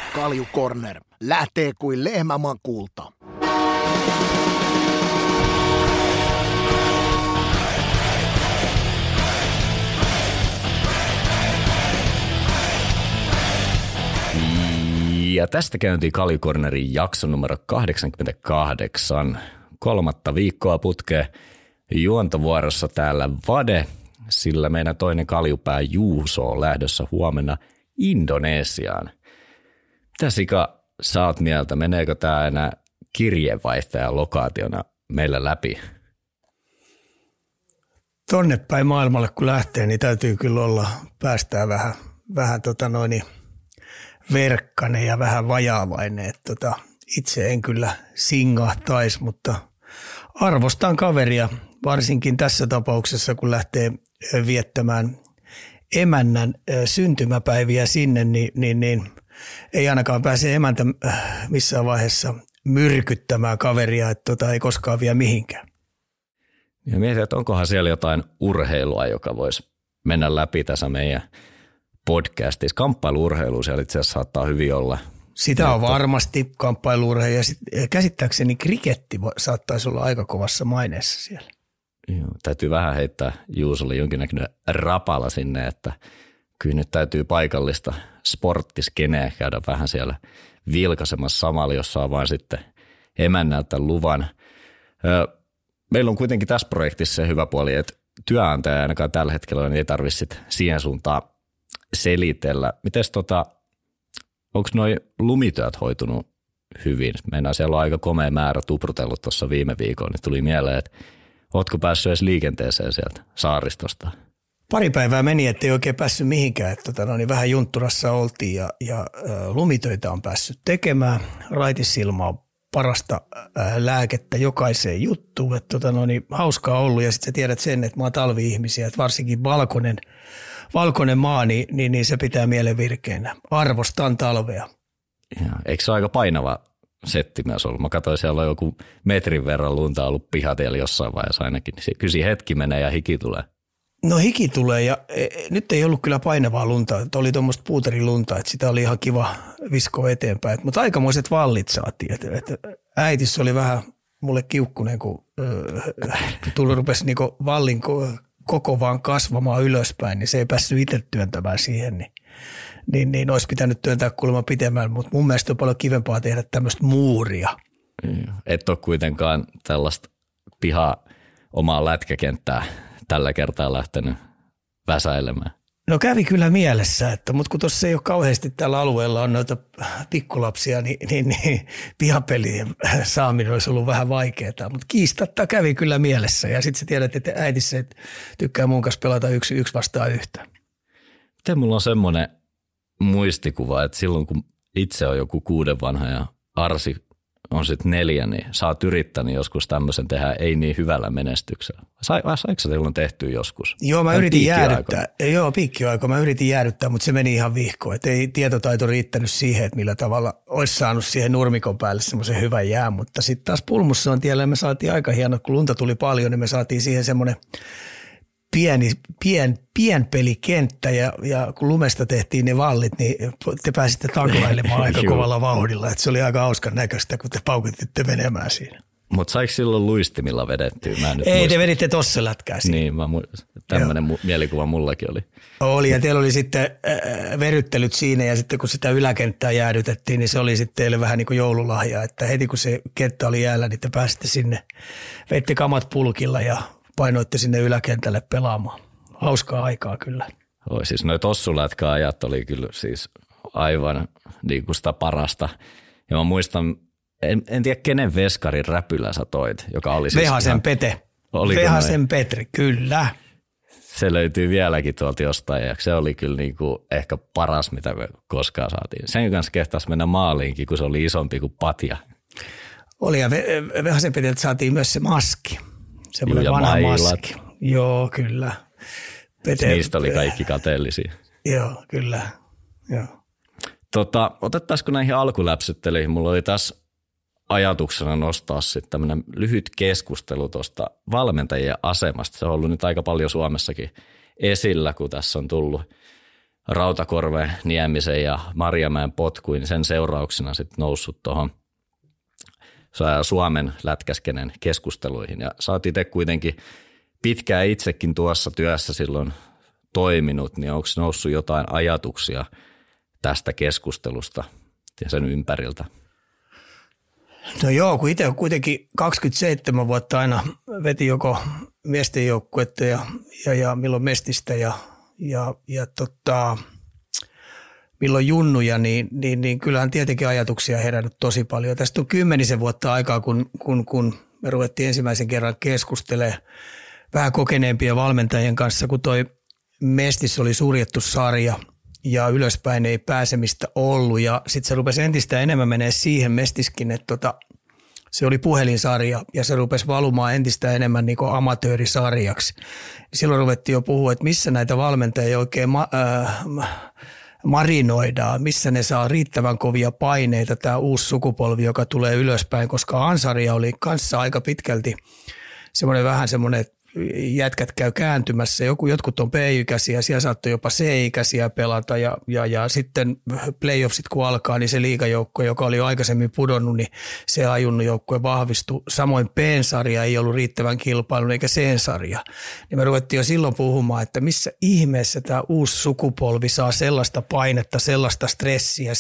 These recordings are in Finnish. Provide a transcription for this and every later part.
Kalju Corner lähtee kuin lehmämakuulta. Ja tästä käyntiin Kalju Cornerin jakso numero 88. 3. viikkoa putkeen juontovuorossa täällä Vade, sillä meidän toinen kaljupää Juuso on lähdössä huomenna Indonesiaan. Mitä Sika sä oot mieltä? Meneekö tää enää kirjeenvaihtajan lokaationa meillä läpi? Tonne päin maailmalle kun lähtee, niin täytyy kyllä olla, päästään vähän verkkainen ja vähän vajaavainen. Itse en kyllä singahtaisi, mutta arvostan kaveria, varsinkin tässä tapauksessa, kun lähtee viettämään emännän syntymäpäiviä sinne, niin ei ainakaan pääse emäntä missään vaiheessa myrkyttämään kaveria, että ei koskaan vie mihinkään. Ja mietin, että onkohan siellä jotain urheilua, joka voisi mennä läpi tässä meidän podcastissa. Kamppailu-urheilu siellä itse asiassa saattaa hyvin olla. Sitä on varmasti kamppailu-urheilu ja käsittääkseni kriketti saattaisi olla aika kovassa maineessa siellä. Joo, täytyy vähän heittää Juusolle jonkinnäköinen rapala sinne, että kyllä nyt täytyy paikallista sporttiskeneä käydä vähän siellä vilkaisemassa samalla, jos saa vaan sitten emännältä luvan. Meillä on kuitenkin tässä projektissa se hyvä puoli, että työnantaja ainakaan tällä hetkellä niin ei tarvitse sitten siihen suuntaan selitellä. Mites onko noi lumityöt hoitunut hyvin? Meidän siellä on aika komea määrä tuprutellut tuossa viime viikolla, niin tuli mieleen, että ootko päässyt edes liikenteeseen sieltä saaristosta? Pari päivää meni, ettei oikein päässyt mihinkään. Niin vähän juntturassa oltiin ja lumitöitä on päässyt tekemään. Raitissilma on parasta lääkettä jokaiseen juttuun. Niin hauskaa ollut ja sitten sä tiedät sen, että mä oon talvi-ihmisiä, että varsinkin valkoinen maa, niin se pitää mielen virkeänä. Arvostan talvea. Ja, eikö se ole aika painava setti myös ollut? Mä katsoin, siellä on joku metrin verran lunta ollut pihatiellä jossain vaiheessa ainakin. Kyllä siinä hetki menee ja hiki tulee. No hiki tulee ja nyt ei ollut kyllä painavaa lunta. Oli tuommoista puuterilunta, että sitä oli ihan kiva viskoa eteenpäin. Mutta aikamoiset vallit saatiin. Äitis oli vähän mulle kiukkunen, kun rupesi niinku vallin koko vaan kasvamaan ylöspäin, niin se ei päässyt itse työntämään siihen, niin olisi pitänyt työntää kuulemma pitemmän, mutta mun mielestä on paljon kivempaa tehdä tämmöistä muuria. Et ole kuitenkaan tällaista omaa lätkäkenttää tällä kertaa lähtenyt väsäilemään. No kävi kyllä mielessä, mutta kun tuossa ei ole kauheasti tällä alueella on noita pikkulapsia, niin pihapelien saaminen olisi ollut vähän vaikeaa, mutta kiistatta kävi kyllä mielessä ja sitten sä tiedät, että äitissä tykkää mun kanssa pelata yksi vastaan yhtä. Miten mulla on semmoinen muistikuva, että silloin kun itse on joku 6 vanha ja Arsi on sitten 4, niin sä oot yrittänyt joskus tämmöisen tehdä ei niin hyvällä menestyksellä. Saiko sä silloin tehtyä joskus? Joo, mä yritin jäädyttää. Joo, piikkiaika. Mä yritin jäädyttää, mutta se meni ihan vihkoon. Et ei tietotaito riittänyt siihen, että millä tavalla olisi saanut siihen nurmikon päälle semmoisen hyvän jään. Mutta sitten taas Pulmusson tiellä me saatiin aika hieno, kun lunta tuli paljon, niin me saatiin siihen semmoinen pienpelikenttä ja kun lumesta tehtiin ne vallit, niin te pääsitte taklailemaan aika kovalla vauhdilla. Että se oli aika hauskan näköistä, kun te paukutitte menemään siinä. Mutta saiko silloin luistimilla vedettyä? Ei, te veditte tossa lätkää siinä. Niin, tämmöinen mielikuva mullakin oli. Oli ja teillä oli sitten veryttelyt siinä ja sitten kun sitä yläkenttää jäädytettiin, niin se oli sitten teille vähän niin kuin joululahja. Että heti kun se kenttä oli jäällä, niin te pääsitte sinne, veitte kamat pulkilla ja painoitte sinne yläkentälle pelaamaan. Hauskaa aikaa kyllä. Oi siis noi tossulätkäajat oli kyllä siis aivan niin kuin sitä parasta. Ja mä muistan, en tiedä kenen veskarin räpylä sä toit, joka oli siis Vehasen Pete. Vehasen Petri, kyllä. Se löytyy vieläkin tuolta jostain ja se oli kyllä niin kuin ehkä paras, mitä me koskaan saatiin. Sen kanssa kehtasi mennä maaliinkin, kun se oli isompi kuin patja. Oli ja Vehasen Peteltä saatiin myös se maski. Semmoinen vanha maski. Joo, kyllä. Niistä oli kaikki kateellisia. Joo, kyllä. Joo. Otettaisiko näihin alkuläpsyttelyihin? Mulla oli tässä ajatuksena nostaa sitten tämmöinen lyhyt keskustelu tuosta valmentajien asemasta. Se on ollut nyt aika paljon Suomessakin esillä, kun tässä on tullut Rautakorven, Niemisen ja Marjamäen potkuin sen seurauksena sitten noussut tuohon Suomen lätkäskenen keskusteluihin. Ja sä oot itse kuitenkin pitkään itsekin tuossa työssä silloin toiminut, niin onko noussut jotain ajatuksia tästä keskustelusta ja sen ympäriltä? No joo, kun itse kuitenkin 27 vuotta aina veti joko miesten joukkuetta ja milloin mestistä ja milloin junnuja, niin kyllähän tietenkin ajatuksia herännyt tosi paljon. Tästä on 10 vuotta aikaa, kun me ruvettiin ensimmäisen kerran keskustelemaan vähän kokeneempien valmentajien kanssa, kun toi Mestis oli suljettu sarja ja ylöspäin ei pääsemistä ollut. Ja sitten se rupesi entistä enemmän menee siihen Mestiskin, että se oli puhelinsarja ja se rupesi valumaan entistä enemmän niin kuin amatöörisarjaksi. Silloin ruvettiin jo puhua, että missä näitä valmentajia oikein marinoidaan, missä ne saa riittävän kovia paineita, tämä uusi sukupolvi, joka tulee ylöspäin, koska A-sarja oli kanssa aika pitkälti semmoinen, että jätkät käy kääntymässä. Jotkut on B-ikäisiä, siellä saattoi jopa C-ikäisiä pelata ja sitten playoffsit kun alkaa, niin se liigajoukko, joka oli jo aikaisemmin pudonnut, niin se ajunnut joukkue vahvistui. Samoin B-sarja ei ollut riittävän kilpailun eikä C-sarja. Niin me ruvettiin jo silloin puhumaan, että missä ihmeessä tämä uusi sukupolvi saa sellaista painetta, sellaista stressiä,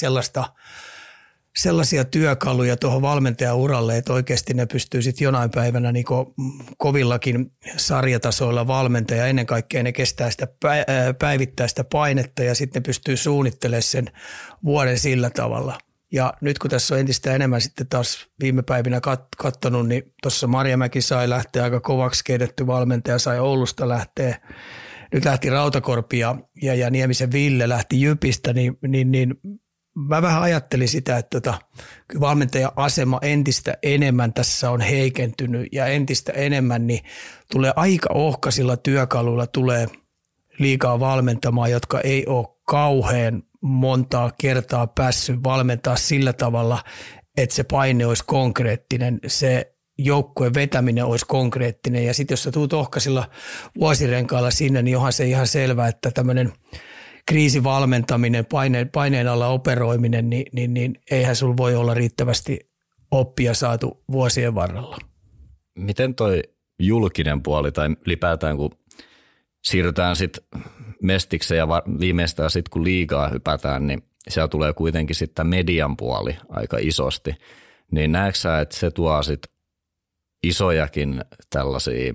sellaisia työkaluja tuohon valmentajauralle, että oikeasti ne pystyy sitten jonain päivänä niin kovillakin sarjatasoilla valmentaa ja ennen kaikkea ne kestää sitä päivittäistä painetta ja sitten ne pystyy suunnittelemaan sen vuoden sillä tavalla. Ja nyt kun tässä on entistä enemmän sitten taas viime päivinä katsonut, niin tuossa Marjamäki sai lähteä aika kovaksi keitetty valmentaja, sai Oulusta lähteä. Nyt lähti Rautakorpi ja Niemisen Ville lähti Jypistä, niin mä vähän ajattelin sitä, että valmentajan asema entistä enemmän tässä on heikentynyt ja entistä enemmän niin tulee aika ohkaisilla työkaluilla tulee liigaa valmentamaan, jotka ei ole kauhean montaa kertaa päässyt valmentaa sillä tavalla, että se paine olisi konkreettinen, se joukkueen vetäminen olisi konkreettinen ja sitten jos sä tuut ohkaisilla vuosirenkailla sinne, niin onhan se ihan selvää, että tämmöinen kriisivalmentaminen, paineen alla operoiminen, niin eihän sulla voi olla riittävästi oppia saatu vuosien varrella. Miten toi julkinen puoli tai ylipäätään kun siirrytään sitten Mestikseen ja viimeistään sitten kun liigaa hypätään, niin siellä tulee kuitenkin sitten median puoli aika isosti. Niin näetkö sä, että se tuo sitten isojakin tällaisia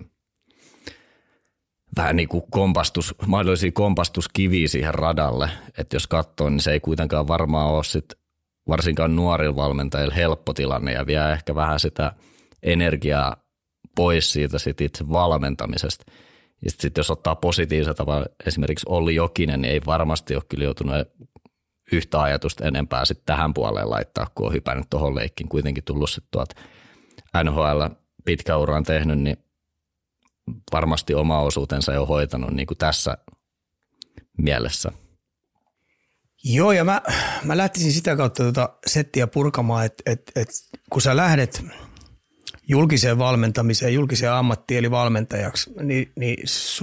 vähän niin kuin mahdollisia kompastuskiviä siihen radalle, että jos katsoo, niin se ei kuitenkaan varmaan ole sit, varsinkaan nuorilla valmentajilla helppo tilanne ja vie ehkä vähän sitä energiaa pois siitä sit itse valmentamisesta. Ja sitten jos ottaa positiivisella tavalla, esimerkiksi Olli Jokinen, niin ei varmasti ole kyllä joutunut yhtä ajatusta enempää sit tähän puoleen laittaa, kun on hypännyt tuohon leikkiin. Kuitenkin tullut sitten tuolta NHL pitkä uraan tehnyt, niin varmasti oma osuutensa jo hoitanut niin kuin tässä mielessä. Joo, ja mä lähtisin sitä kautta settiä purkamaan, että kun sä lähdet julkiseen valmentamiseen, julkiseen ammattiin eli valmentajaksi, niin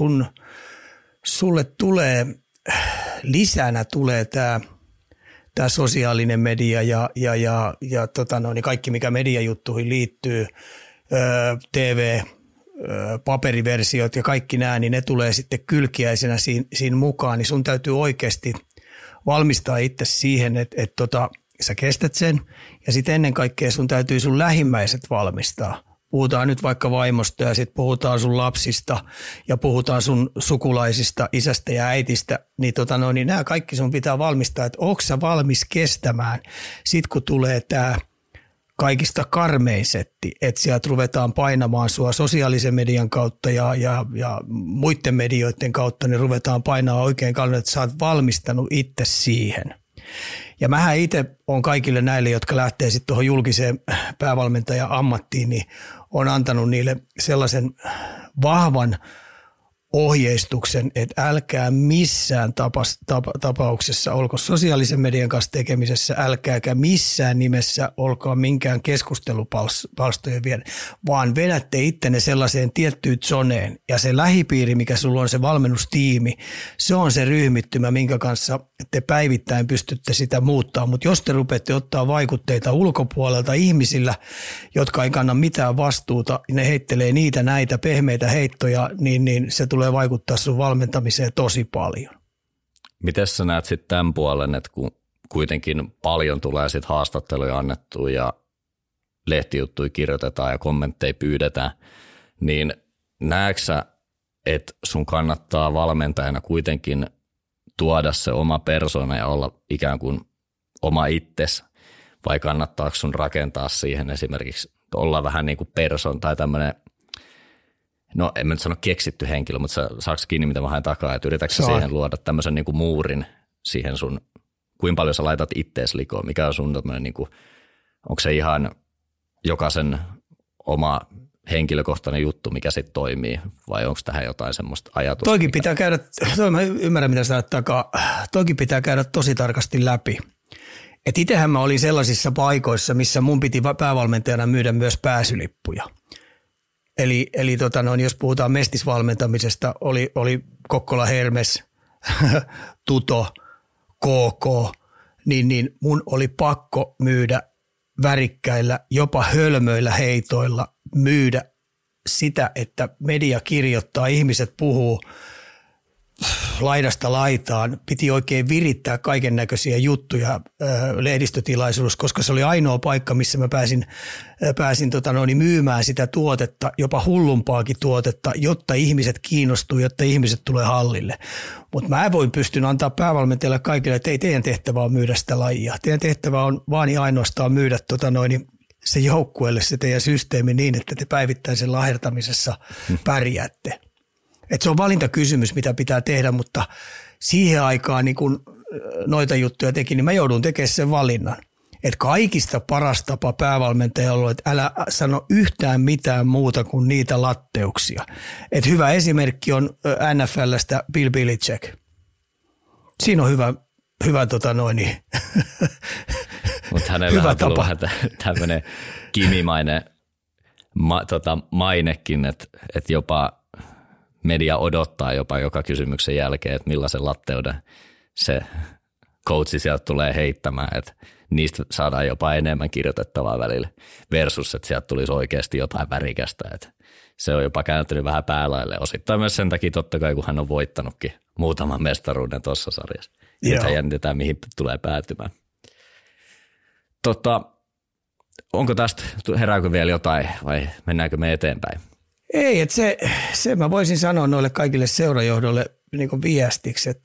sulle tulee lisänä tämä sosiaalinen media ja niin kaikki, mikä mediajuttuihin liittyy, TV, paperiversiot ja kaikki nämä, niin ne tulee sitten kylkiäisenä siinä mukaan, niin sun täytyy oikeasti valmistaa itse siihen, että sä kestät sen ja sitten ennen kaikkea sun täytyy sun lähimmäiset valmistaa. Puhutaan nyt vaikka vaimosta ja sitten puhutaan sun lapsista ja puhutaan sun sukulaisista, isästä ja äitistä, niin, niin nämä kaikki sun pitää valmistaa, että onko sä valmis kestämään sit kun tulee tämä kaikista karmein setti, että sieltä ruvetaan painamaan sua sosiaalisen median kautta ja muiden medioiden kautta, niin ruvetaan painamaan oikein kauan, että sä oot valmistanut itse siihen. Ja mähän itse on kaikille näille, jotka lähtee sitten tuohon julkiseen päävalmentajan ammattiin, niin on antanut niille sellaisen vahvan ohjeistuksen, että älkää missään tapauksessa olko sosiaalisen median kanssa tekemisessä, älkääkä missään nimessä olkoon minkään keskustelupalstojen vielä, vaan vedätte ittenne sellaiseen tiettyyn zoneen ja se lähipiiri, mikä sulla on se valmennustiimi, se on se ryhmittymä, minkä kanssa te päivittäin pystytte sitä muuttaa, mutta jos te rupeatte ottaa vaikutteita ulkopuolelta ihmisillä, jotka ei kanna mitään vastuuta, ne heittelee niitä näitä pehmeitä heittoja, niin se tulee vaikuttaa sun valmentamiseen tosi paljon. Miten sä näet sitten tämän puolen, että kun kuitenkin paljon tulee sitten haastatteluja annettua ja lehtijuttuja kirjoitetaan ja kommentteja pyydetään, niin näetkö sä, että sun kannattaa valmentajana kuitenkin tuoda se oma persona ja olla ikään kuin oma itsesi, vai kannattaako sun rakentaa siihen esimerkiksi olla vähän niin kuin person tai tämmöinen, no en mä nyt sano keksitty henkilö, mutta saako kiinni mitä mä haen takaa, että yritätkö sä siihen luoda tämmöisen niin kuin muurin siihen sun, kuinka paljon sä laitat ittees likoon, mikä on sun tämmöinen, niin kuin, onko se ihan jokaisen oma henkilökohtainen juttu, mikä sitten toimii, vai onko tähän jotain semmoista ajatusta? Toikin pitää käydä, mä ymmärrän mitä sä takaa, toikin pitää käydä tosi tarkasti läpi. Et itsehän mä olin sellaisissa paikoissa, missä mun piti päävalmentajana myydä myös pääsylippuja. Eli jos puhutaan mestisvalmentamisesta, oli Kokkola Hermes, Tuto, KK, niin mun oli pakko myydä värikkäillä, jopa hölmöillä heitoilla, myydä sitä, että media kirjoittaa, ihmiset puhuu laidasta laitaan, piti oikein virittää kaiken näköisiä juttuja lehdistötilaisuudessa, koska se oli ainoa paikka, missä mä pääsin myymään sitä tuotetta, jopa hullumpaakin tuotetta, jotta ihmiset kiinnostuu, jotta ihmiset tulee hallille. Mutta mä pystyn antaa päävalmentajalle kaikille, että ei teidän tehtävä on myydä sitä lajia. Teidän tehtävä on vaan ja ainoastaan myydä se joukkueelle se teidän systeemi niin, että te päivittäisen lahertamisessa pärjäätte. Et se on valintakysymys, mitä pitää tehdä, mutta siihen aikaan niin kun noita juttuja teki, niin mä joudun tekemään sen valinnan. Että kaikista paras tapa päävalmentaja on ollut, että älä sano yhtään mitään muuta kuin niitä latteuksia. Et hyvä esimerkki on NFL:stä Bill Belichick. Siinä on hyvä Mutta hänellä on tullut vähän tämmöinen kimimainen mainekin, että jopa media odottaa jopa joka kysymyksen jälkeen, että millaisen latteuden se coachi sieltä tulee heittämään, että niistä saadaan jopa enemmän kirjoitettavaa välillä versus, että sieltä tulisi oikeasti jotain värikästä. Että se on jopa kääntynyt vähän päälaille. Osittain myös sen takia totta kai, kun hän on voittanutkin muutaman mestaruuden tuossa sarjassa. Nythän jännitetään, mihin tulee päätymään. Onko tästä, herääkö vielä jotain vai mennäänkö me eteenpäin? Ei, että se mä voisin sanoa noille kaikille seurajohdolle niin kuin viestiksi, että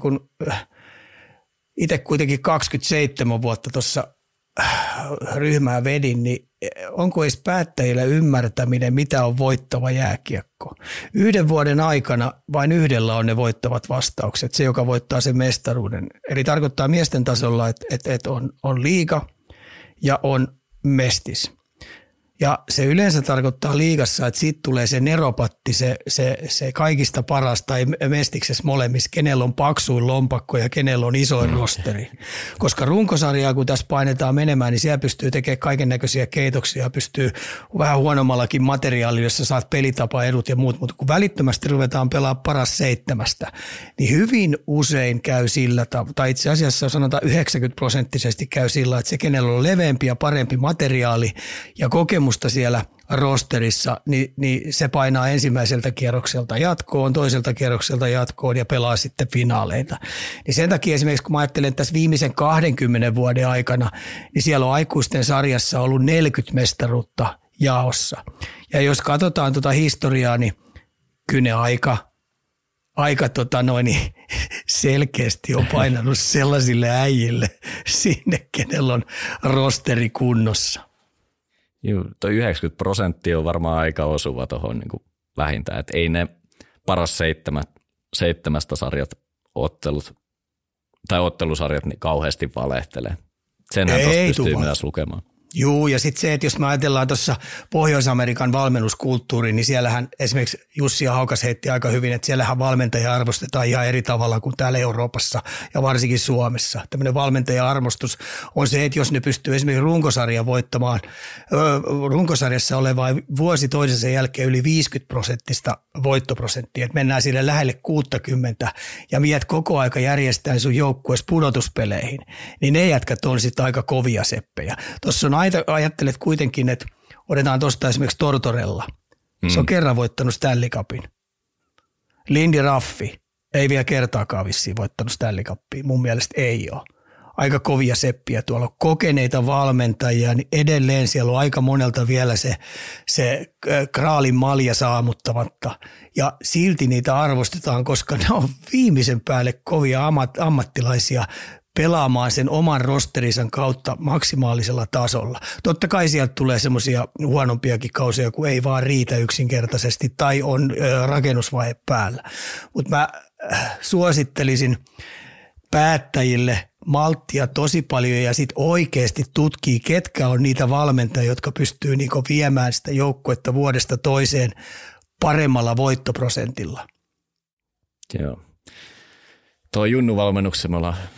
itse kuitenkin 27 vuotta tuossa ryhmää vedin, niin onko edes päättäjillä ymmärtäminen, mitä on voittava jääkiekko? 1 vuoden aikana vain yhdellä on ne voittavat vastaukset, se joka voittaa sen mestaruuden. Eli tarkoittaa miesten tasolla, että on liiga ja on mestis. Ja se yleensä tarkoittaa liigassa, että siitä tulee se neropatti, se kaikista paras tai mestiksessä molemmissa, kenellä on paksuin lompakko ja kenellä on isoin rosteri. Koska runkosarjaa, kun tässä painetaan menemään, niin siellä pystyy tekemään kaiken näköisiä keitoksia, pystyy vähän huonommallakin materiaalilla, jossa saat pelitapaedut ja muut, mutta kun välittömästi ruvetaan pelaamaan paras 7, niin hyvin usein käy sillä, tai itse asiassa sanotaan 90% käy sillä, että se kenellä on leveämpi ja parempi materiaali ja kokemus siellä rosterissa, niin se painaa ensimmäiseltä kierrokselta jatkoon, toiselta kierrokselta jatkoon ja pelaa sitten finaaleita. Niin sen takia esimerkiksi, kun mä ajattelen tässä viimeisen 20 vuoden aikana, niin siellä on aikuisten sarjassa ollut 40 mestaruutta jaossa. Ja jos katsotaan historiaa, niin kyllä ne aika selkeästi on painanut sellaisille äijille sinne, kenellä on rosteri kunnossa. Joo, toi 90% on varmaan aika osuva tuohon niin vähintään, että ei ne paras 7 sarjat ottelusarjat niin kauheasti valehtelee. Senhän tuossa pystyy myös lukemaan. Juu, ja sitten se, että jos me ajatellaan tuossa Pohjois-Amerikan valmennuskulttuuriin, niin siellähän esimerkiksi Jussi Haukas heitti aika hyvin, että siellähän valmentajia arvostetaan ihan eri tavalla kuin täällä Euroopassa ja varsinkin Suomessa. Tämmöinen valmentaja-arvostus on se, että jos ne pystyy esimerkiksi runkosarja voittamaan, runkosarjassa olevaa vuosi toisensa jälkeen yli 50% voittoprosenttia, että mennään sille lähelle 60 ja viet koko aika järjestään sun joukkueessa pudotuspeleihin, niin ne jätkät on sitten aika kovia seppejä. Tuossa on ajattelet kuitenkin, että otetaan tuosta esimerkiksi Tortorella. Se on kerran voittanut Stanley Cupin. Lindy Raffi ei vielä kertaakaan vissiin voittanut Stanley Cupia. Mun mielestä ei ole. Aika kovia seppiä tuolla on kokeneita valmentajia, niin edelleen siellä on aika monelta vielä se kraalin malja saamuttamatta. Ja silti niitä arvostetaan, koska ne on viimeisen päälle kovia ammattilaisia pelaamaan sen oman rosterinsa kautta maksimaalisella tasolla. Totta kai sieltä tulee semmoisia huonompiakin kausia, kun ei vaan riitä yksinkertaisesti tai on rakennusvaihe päällä. Mutta mä suosittelisin päättäjille malttia tosi paljon ja sitten oikeasti tutkii, ketkä on niitä valmentajia, jotka pystyy niinku viemään sitä joukkuetta vuodesta toiseen paremmalla voittoprosentilla. Joo. Tuo Junnu-valmennuksen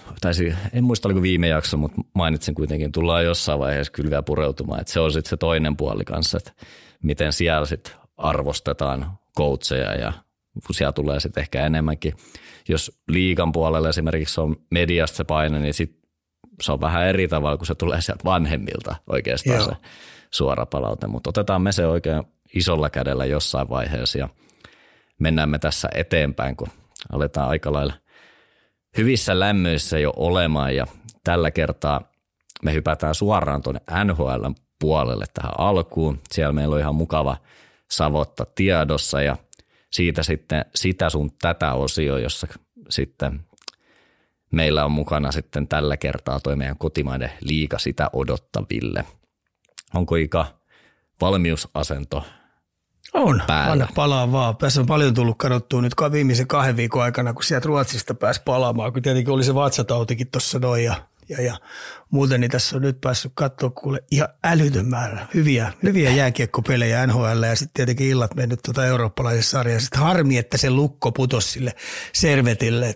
en muista oliko viime jakso, mutta mainitsin kuitenkin, tullaan jossain vaiheessa kyllä vielä pureutumaan, että se on sitten se toinen puoli kanssa, että miten siellä sitten arvostetaan coacheja ja siellä tulee sitten ehkä enemmänkin. Jos liigan puolella esimerkiksi on mediasta se paine, niin sitten se on vähän eri tavalla, kun se tulee sieltä vanhemmilta oikeastaan se suora palaute, mutta otetaan me se oikein isolla kädellä jossain vaiheessa ja mennään me tässä eteenpäin, kun aletaan aika lailla hyvissä lämmöissä jo olemaan ja tällä kertaa me hypätään suoraan tuonne NHL:n puolelle tähän alkuun. Siellä meillä on ihan mukava savotta tiedossa ja siitä sitten sitä sun tätä osio, jossa sitten meillä on mukana sitten tällä kertaa toi meidän kotimainen liiga sitä odottaville. Onko Ika valmiusasento on, päällä? Anna palaa vaan. Tässä on paljon tullut katsottua nyt viimeisen 2 viikon aikana, kun sieltä Ruotsista pääsi palaamaan, kun tietenkin oli se vatsatautikin tuossa noin ja muuten, niin tässä on nyt päässyt katsoa kuule ihan älytön määrä hyviä jääkiekkopelejä NHL ja sitten tietenkin illat mennyt eurooppalaisessa sarjassa. Sitten harmi, että se lukko putosi sille servetille,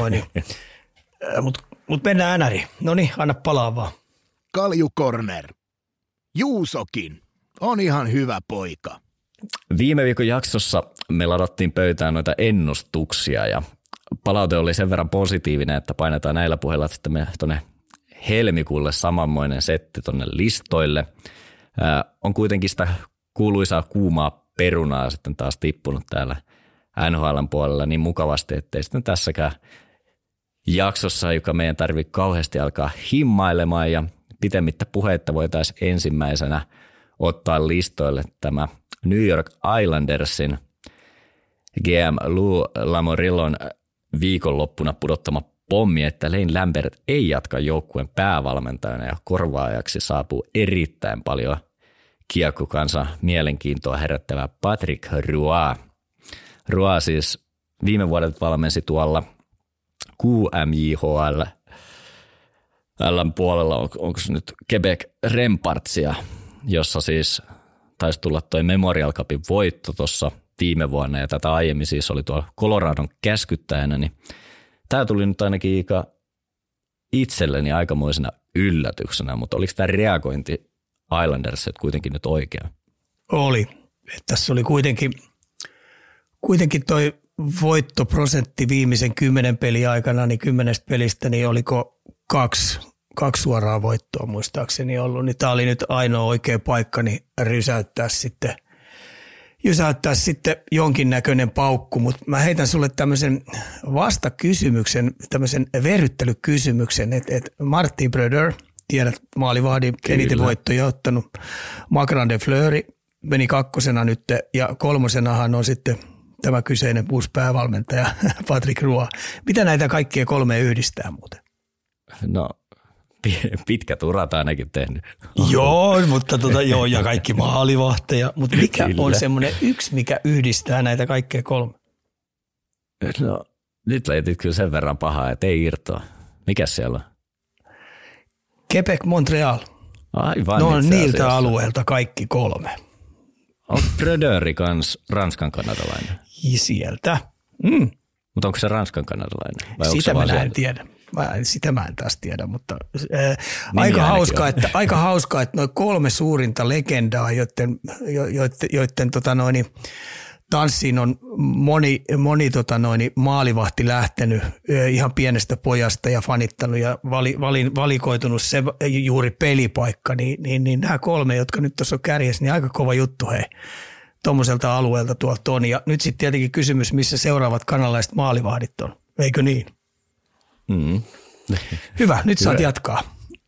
mutta mennään NRiin. No niin, anna palaa vaan. Kalju Corner. Juusokin on ihan hyvä poika. Viime viikon jaksossa me ladattiin pöytään noita ennustuksia ja palaute oli sen verran positiivinen, että painetaan näillä puheilla sitten me tuonne helmikuulle samanmoinen setti tuonne listoille. On kuitenkin sitä kuuluisaa kuumaa perunaa sitten taas tippunut täällä NHL:n puolella niin mukavasti, ettei sitten tässäkään jaksossa, joka meidän tarvitsee kauheasti alkaa himmailemaan ja pitemmittä puheitta voitaisiin ensimmäisenä ottaa listoille tämä New York Islandersin GM Lou Lamorillon viikonloppuna pudottama pommi, että Lane Lambert ei jatka joukkueen päävalmentajana ja korvaajaksi saapuu erittäin paljon kiekkokansan mielenkiintoa herättävä Patrick Roy. Roy siis viime vuodet valmensi tuolla QMJHL puolella, onko se nyt Quebec Rempartsia, jossa siis taisi tulla toi Memorial Cupin voitto tuossa viime vuonna ja tätä aiemmin siis oli tuolla Coloradon käskyttäjänä, niin tämä tuli nyt ainakin itselleni aikamoisena yllätyksenä, mutta oliko tämä reagointi Islandersit kuitenkin nyt oikea? Oli. Tässä oli kuitenkin toi voittoprosentti viimeisen 10 pelin aikana, niin 10 pelistä, niin oliko kaksi suoraa voittoa muistaakseni ollut, niin tämä oli nyt ainoa oikea paikka, niin rysäyttää sitten jonkinnäköinen paukku, mutta mä heitän sulle tämmöisen vastakysymyksen, tämmöisen verryttelykysymyksen, että Martin Brodeur, tiedät maalivahdin eniten voittoja ottanut, Marc-Andre Fleury meni 2. nyt ja 3. on sitten tämä kyseinen uusi päävalmentaja Patrick Roy. Mitä näitä kaikkia 3 yhdistää muuten? No pitkät urat ainakin tehnyt. Joo, mutta ja kaikki maalivahteja. Mutta mikä on semmoinen yksi, mikä yhdistää näitä kaikkea 3? No nyt leitit kyllä sen verran pahaa, että ei irtoa. Mikäs siellä on? Quebec Montreal. Aivan. No itse niiltä asiassa. alueelta kaikki 3. On Brodöri kans Ranskan kanadalainen? Sieltä. Mutta onko se Ranskan kanadalainen? Vai Sitä mä en tiedä. Sitä mä en taas tiedä, mutta aika hauskaa, että noin 3 suurinta legendaa, joiden tanssiin on moni maalivahti lähtenyt ihan pienestä pojasta ja fanittanut ja valikoitunut se juuri pelipaikka, niin nämä 3, jotka nyt tuossa on kärjessä, niin aika kova juttu hei. Tuommoiselta alueelta tuolta on. Ja nyt sitten tietenkin kysymys, missä seuraavat kanalaiset maalivahdit on. Eikö niin? Hyvä, nyt saat jatkaa.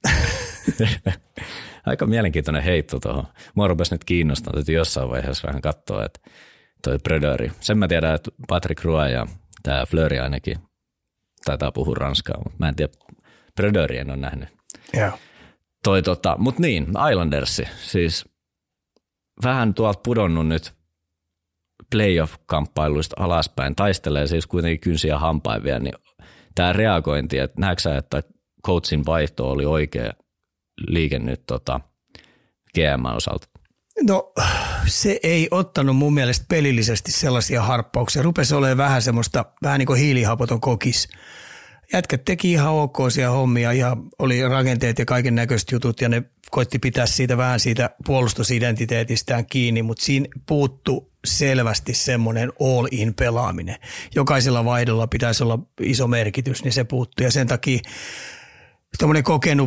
Aika mielenkiintoinen heitto tuohon. Mua rupesi nyt kiinnostaa, että jossain vaiheessa vähän katsoa, että toi Brodöri. Sen mä tiedän, että Patrick Roy ja tämä Fleury ainakin taitaa puhua ranskaa, mutta mä en tiedä, Brodöri en ole nähnyt. Yeah. Mutta niin, Islandersi, siis vähän tuolta pudonnut nyt playoff-kamppailuista alaspäin, taistelee siis kuitenkin kynsiä hampain vielä, niin tämä reagointi, että näetkö sä, että coachin vaihto oli oikea liike nyt GM-osalta? No se ei ottanut mun mielestä pelillisesti sellaisia harppauksia. Rupesi olemaan vähän niin kuin hiilihapoton kokis. Jätkät teki ihan okoisia hommia ja oli rakenteet ja kaiken näköiset jutut ja ne koitti pitää vähän siitä puolustusidentiteetistään kiinni, mutta siinä puuttu selvästi semmoinen all-in pelaaminen. Jokaisella vaihdolla pitäisi olla iso merkitys, niin se puuttui ja sen takia tämmöinen kokenut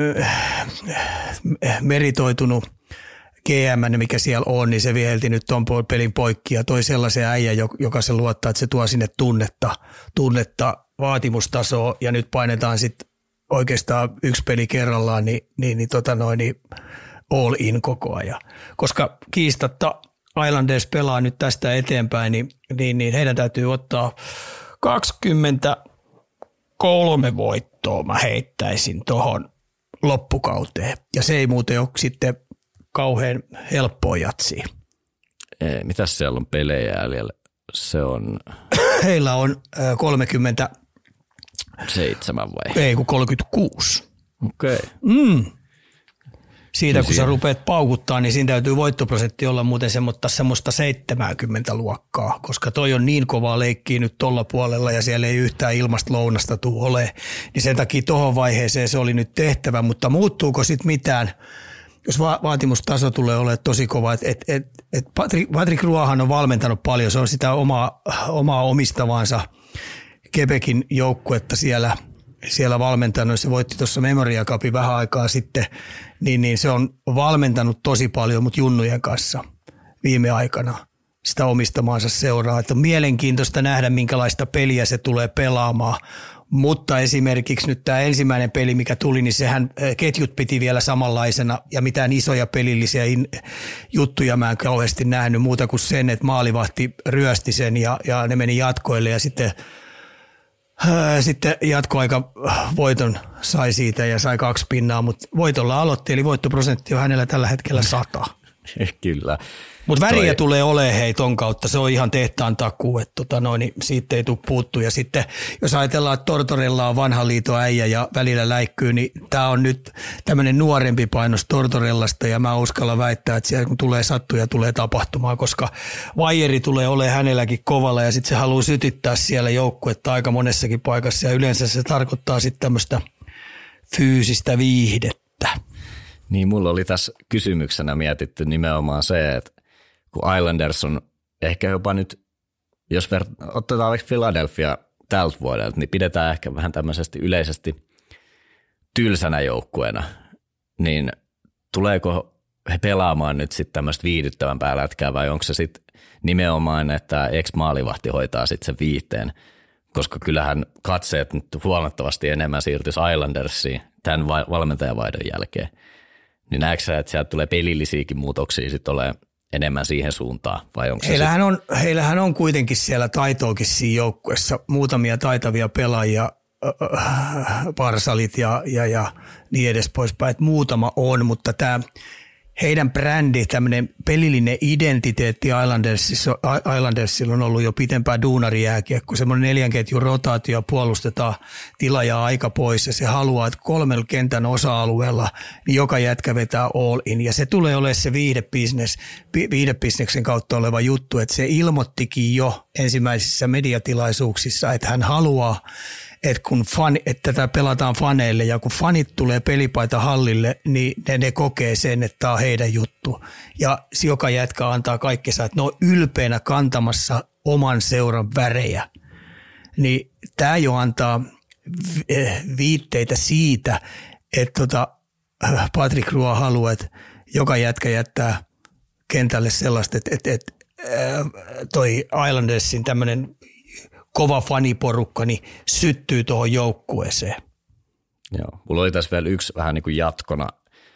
meritoitunut GM, mikä siellä on, niin se vihelti nyt ton pelin poikki ja toi sellaisen äijän, joka se luottaa, että se tuo sinne tunnetta vaatimustasoa ja nyt painetaan sitten oikeastaan yksi peli kerrallaan, niin all in koko ajan. Koska kiistatta Islanders pelaa nyt tästä eteenpäin, niin heidän täytyy ottaa 23 voittoa, mä heittäisin tuohon loppukauteen. Ja se ei muuten ole sitten kauhean helppoa jatsia. Ei, mitäs siellä on pelejä jäljellä? Se on... Heillä on 37 vai? Ei, kun 36. Okei. Okay. Siitä kun sä rupeat paukuttaa, niin siinä täytyy voittoprosentti olla muuten semmoista 70 luokkaa, koska toi on niin kovaa leikkiä nyt tolla puolella ja siellä ei yhtään ilmasta lounasta tule ole. Niin sen takia tohon vaiheeseen se oli nyt tehtävä, mutta muuttuuko sitten mitään, jos vaatimustaso tulee olemaan tosi kova, että Patrick Royhan on valmentanut paljon, se on sitä omaa omistavaansa Quebecin joukkuetta siellä valmentanut, se voitti tuossa Memorial Cupin vähän aikaa sitten, niin se on valmentanut tosi paljon, mutta junnujen kanssa viime aikana sitä omistamaansa seuraa. Että on mielenkiintoista nähdä, minkälaista peliä se tulee pelaamaan, mutta esimerkiksi nyt tämä ensimmäinen peli, mikä tuli, niin sehän ketjut piti vielä samanlaisena ja mitään isoja pelillisiä juttuja mä en kauheasti nähnyt muuta kuin sen, että maalivahti ryösti sen ja ne meni jatkoille ja sitten jatkoaika voiton sai siitä ja sai 2 pinnaa, mutta voitolla aloitti, eli voittoprosentti on hänellä tällä hetkellä 100. Kyllä. Mutta väriä tulee olemaan ton kautta, se on ihan tehtaan takuu, että niin siitä ei tule puuttua. Ja sitten jos ajatellaan, että Tortorella on vanha liiton äijä ja välillä läikkyy, niin tämä on nyt tämmöinen nuorempi painos Tortorellasta ja mä uskallan väittää, että siellä kun tulee sattuja, tulee tapahtumaan, koska vaieri tulee olemaan hänelläkin kovalla ja sitten se haluaa sytyttää siellä joukkuetta aika monessakin paikassa ja yleensä se tarkoittaa sitten tämmöistä fyysistä viihdettä. Niin, mulla oli tässä kysymyksenä mietitty nimenomaan se, että kun Islanders on ehkä jopa nyt, jos otetaan vaikka Philadelphia tältä vuodelta, niin pidetään ehkä vähän tämmöisesti yleisesti tylsänä joukkueena, niin tuleeko he pelaamaan nyt sitten tämmöistä viihdyttävämpää lätkää vai onko se sitten nimenomaan, että ex-maalivahti hoitaa sitten sen viihteen, koska kyllähän katseet nyt huomattavasti enemmän siirtyisi Islandersiin tämän valmentajavaihdon jälkeen. Niin näetkö sä, että sieltä tulee pelillisiäkin muutoksia sitten olemaan enemmän siihen suuntaan, vai onko heillähän on kuitenkin siellä taitoakin siinä joukkueessa, muutamia taitavia pelaajia, Parsalit ja niin edes poispäin, että muutama on, mutta tämä heidän brändi, tämmöinen pelillinen identiteetti Islandersilla on ollut jo pitempään duunarijääkiekko, semmoinen 4 ketjun rotaatio, puolustetaan tila ja aika pois ja se haluaa, että 3 kentän osa-alueella niin joka jätkä vetää all in ja se tulee olemaan se viihdebisneksen kautta oleva juttu, että se ilmoittikin jo ensimmäisissä mediatilaisuuksissa, että hän haluaa, että että tätä pelataan faneille ja kun fanit tulee pelipaita hallille, niin ne kokee sen, että tämä on heidän juttu. Ja joka jätkä antaa kaikkensa, että ne on ylpeänä kantamassa oman seuran värejä. Niin tämä jo antaa viitteitä siitä, että Patrick Roy haluaa, että joka jätkä jättää kentälle sellaista, että toi Islandersin tämmöinen kova faniporukka niin syttyy tuohon joukkueeseen. Joo, mulla oli tässä vielä yksi vähän niin kuin jatkona.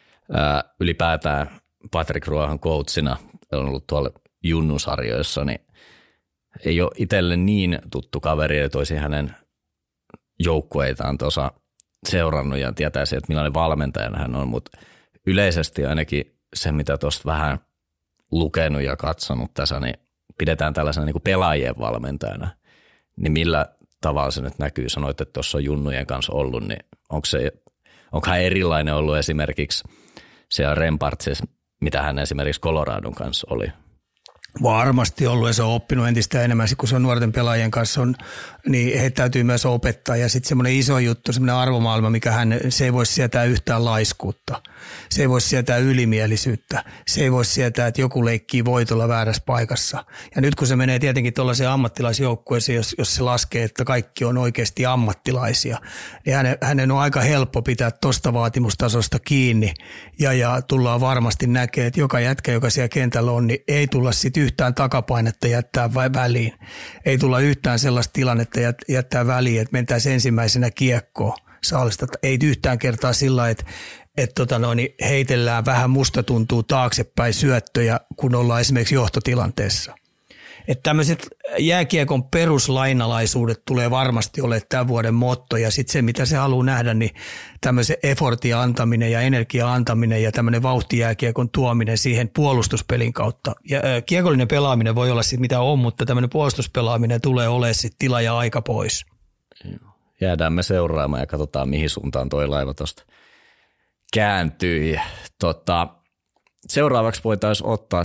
Ylipäätään Patrick Royhan coachina on ollut tuolla junnusarjoissa, niin ei ole itselle niin tuttu kaveri, että olisin hänen joukkueitaan tuossa seurannut ja tietäisi, että millainen valmentajana hän on, mutta yleisesti ainakin se, mitä tuosta vähän lukenut ja katsonut tässä, niin pidetään tällaisena niin kuin pelaajien valmentajana. Niin millä tavalla se nyt näkyy? Sanoit, että tuossa on junnujen kanssa ollut, niin onko hän erilainen ollut esimerkiksi siellä Rempartsissa, mitä hän esimerkiksi Coloradon kanssa oli? Varmasti ollut ja se on oppinut entistä enemmän, kun se on nuorten pelaajien kanssa, niin he täytyy myös opettaa. Ja sitten semmoinen iso juttu, semmoinen arvomaailma, se ei voi sietää yhtään laiskuutta. Se ei voi sietää ylimielisyyttä. Se ei voi sietää, että joku leikkii voitolla väärässä paikassa. Ja nyt kun se menee tietenkin tuollaiseen ammattilaisjoukkueeseen, jos se laskee, että kaikki on oikeasti ammattilaisia, niin hänen on aika helppo pitää tuosta vaatimustasosta kiinni. Ja tullaan varmasti näkemään, että joka jätkä, joka siellä kentällä on, niin ei tulla sitten yhtään takapainetta jättää väliin. Ei tulla yhtään sellaista tilannetta jättää väliin, että mentäisiin ensimmäisenä kiekkoon saalista. Ei yhtään kertaa sillä, että heitellään vähän musta tuntuu taaksepäin syöttöjä, kun ollaan esimerkiksi johtotilanteessa. Että tämmöiset jääkiekon peruslainalaisuudet tulee varmasti olemaan tämän vuoden motto ja sitten se, mitä se haluaa nähdä, niin tämmöisen effortin antaminen ja energia antaminen ja tämmöinen vauhtijääkiekon tuominen siihen puolustuspelin kautta. Ja kiekollinen pelaaminen voi olla sitten mitä on, mutta tämmöinen puolustuspelaaminen tulee olemaan sitten tila ja aika pois. Jäädään me seuraamaan ja katsotaan, mihin suuntaan toi laiva tuosta kääntyy. Seuraavaksi voitaisiin ottaa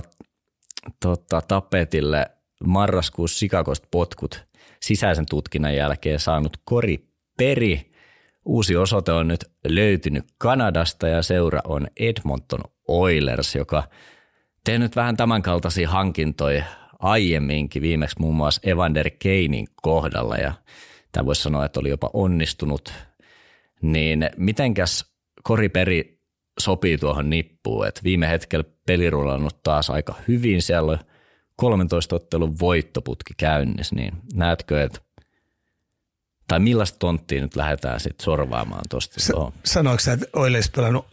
tapetille marraskuussa Chicagosta potkut sisäisen tutkinnan jälkeen saanut Corey Perry. Uusi osoite on nyt löytynyt Kanadasta ja seura on Edmonton Oilers, joka tehnyt vähän tämänkaltaisia hankintoja aiemminkin, viimeksi muun muassa Evander Kanein kohdalla ja tämä voisi sanoa, että oli jopa onnistunut. Niin mitenkäs Corey Perry sopii tuohon nippuun, että viime hetkellä peli rullannut taas aika hyvin, siellä on 13 ottelun voittoputki käynnissä, niin näetkö, että tai millaista tonttia nyt lähdetään sitten sorvaamaan tuosta? Sanoitko sä, että Oilers pelannut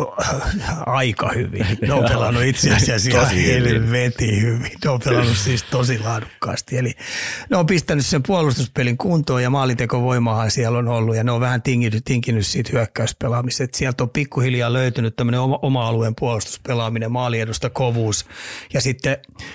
aika hyvin? Ne on pelannut itse asiassa ihan helvetin hyvin. Ne on pelannut siis tosi laadukkaasti. Eli ne on pistänyt sen puolustuspelin kuntoon ja maalintekovoimahan siellä on ollut ja ne on vähän tinkinyt siitä hyökkäyspelaamisesta. Sieltä on pikkuhiljaa löytynyt tämmöinen oma alueen puolustuspelaaminen, maaliedusta kovuus ja sitten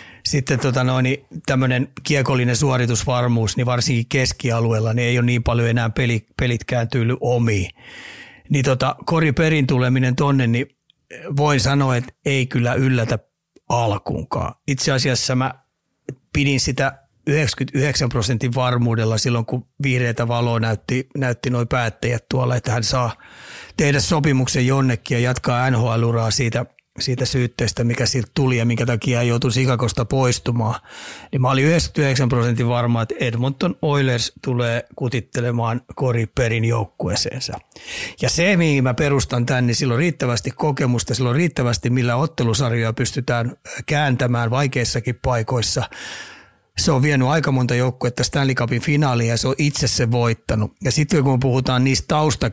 tämmöinen kiekollinen suoritusvarmuus, niin varsinkin keskialueella, niin ei ole niin paljon enää pelit kääntynyt omiin. Niin Corey Perryn tuleminen tonne, niin voin sanoa, että ei kyllä yllätä alkuunkaan. Itse asiassa mä pidin sitä 99% varmuudella silloin, kun vihreätä valoa näytti nuo päättäjät tuolla, että hän saa tehdä sopimuksen jonnekin ja jatkaa NHL-uraa siitä syytteestä, mikä siitä tuli ja minkä takia hän joutui Chicagosta poistumaan. Niin mä olin 99% varma, että Edmonton Oilers tulee kutittelemaan Corey Perryn joukkueeseensa. Ja se, mihin mä perustan tämän, niin silloin riittävästi kokemusta, silloin riittävästi, millä ottelusarjoja pystytään kääntämään vaikeissakin paikoissa. Se on vienyt aika monta joukkuetta Stanley Cupin finaaliin ja se on itse se voittanut. Ja sitten kun puhutaan niistä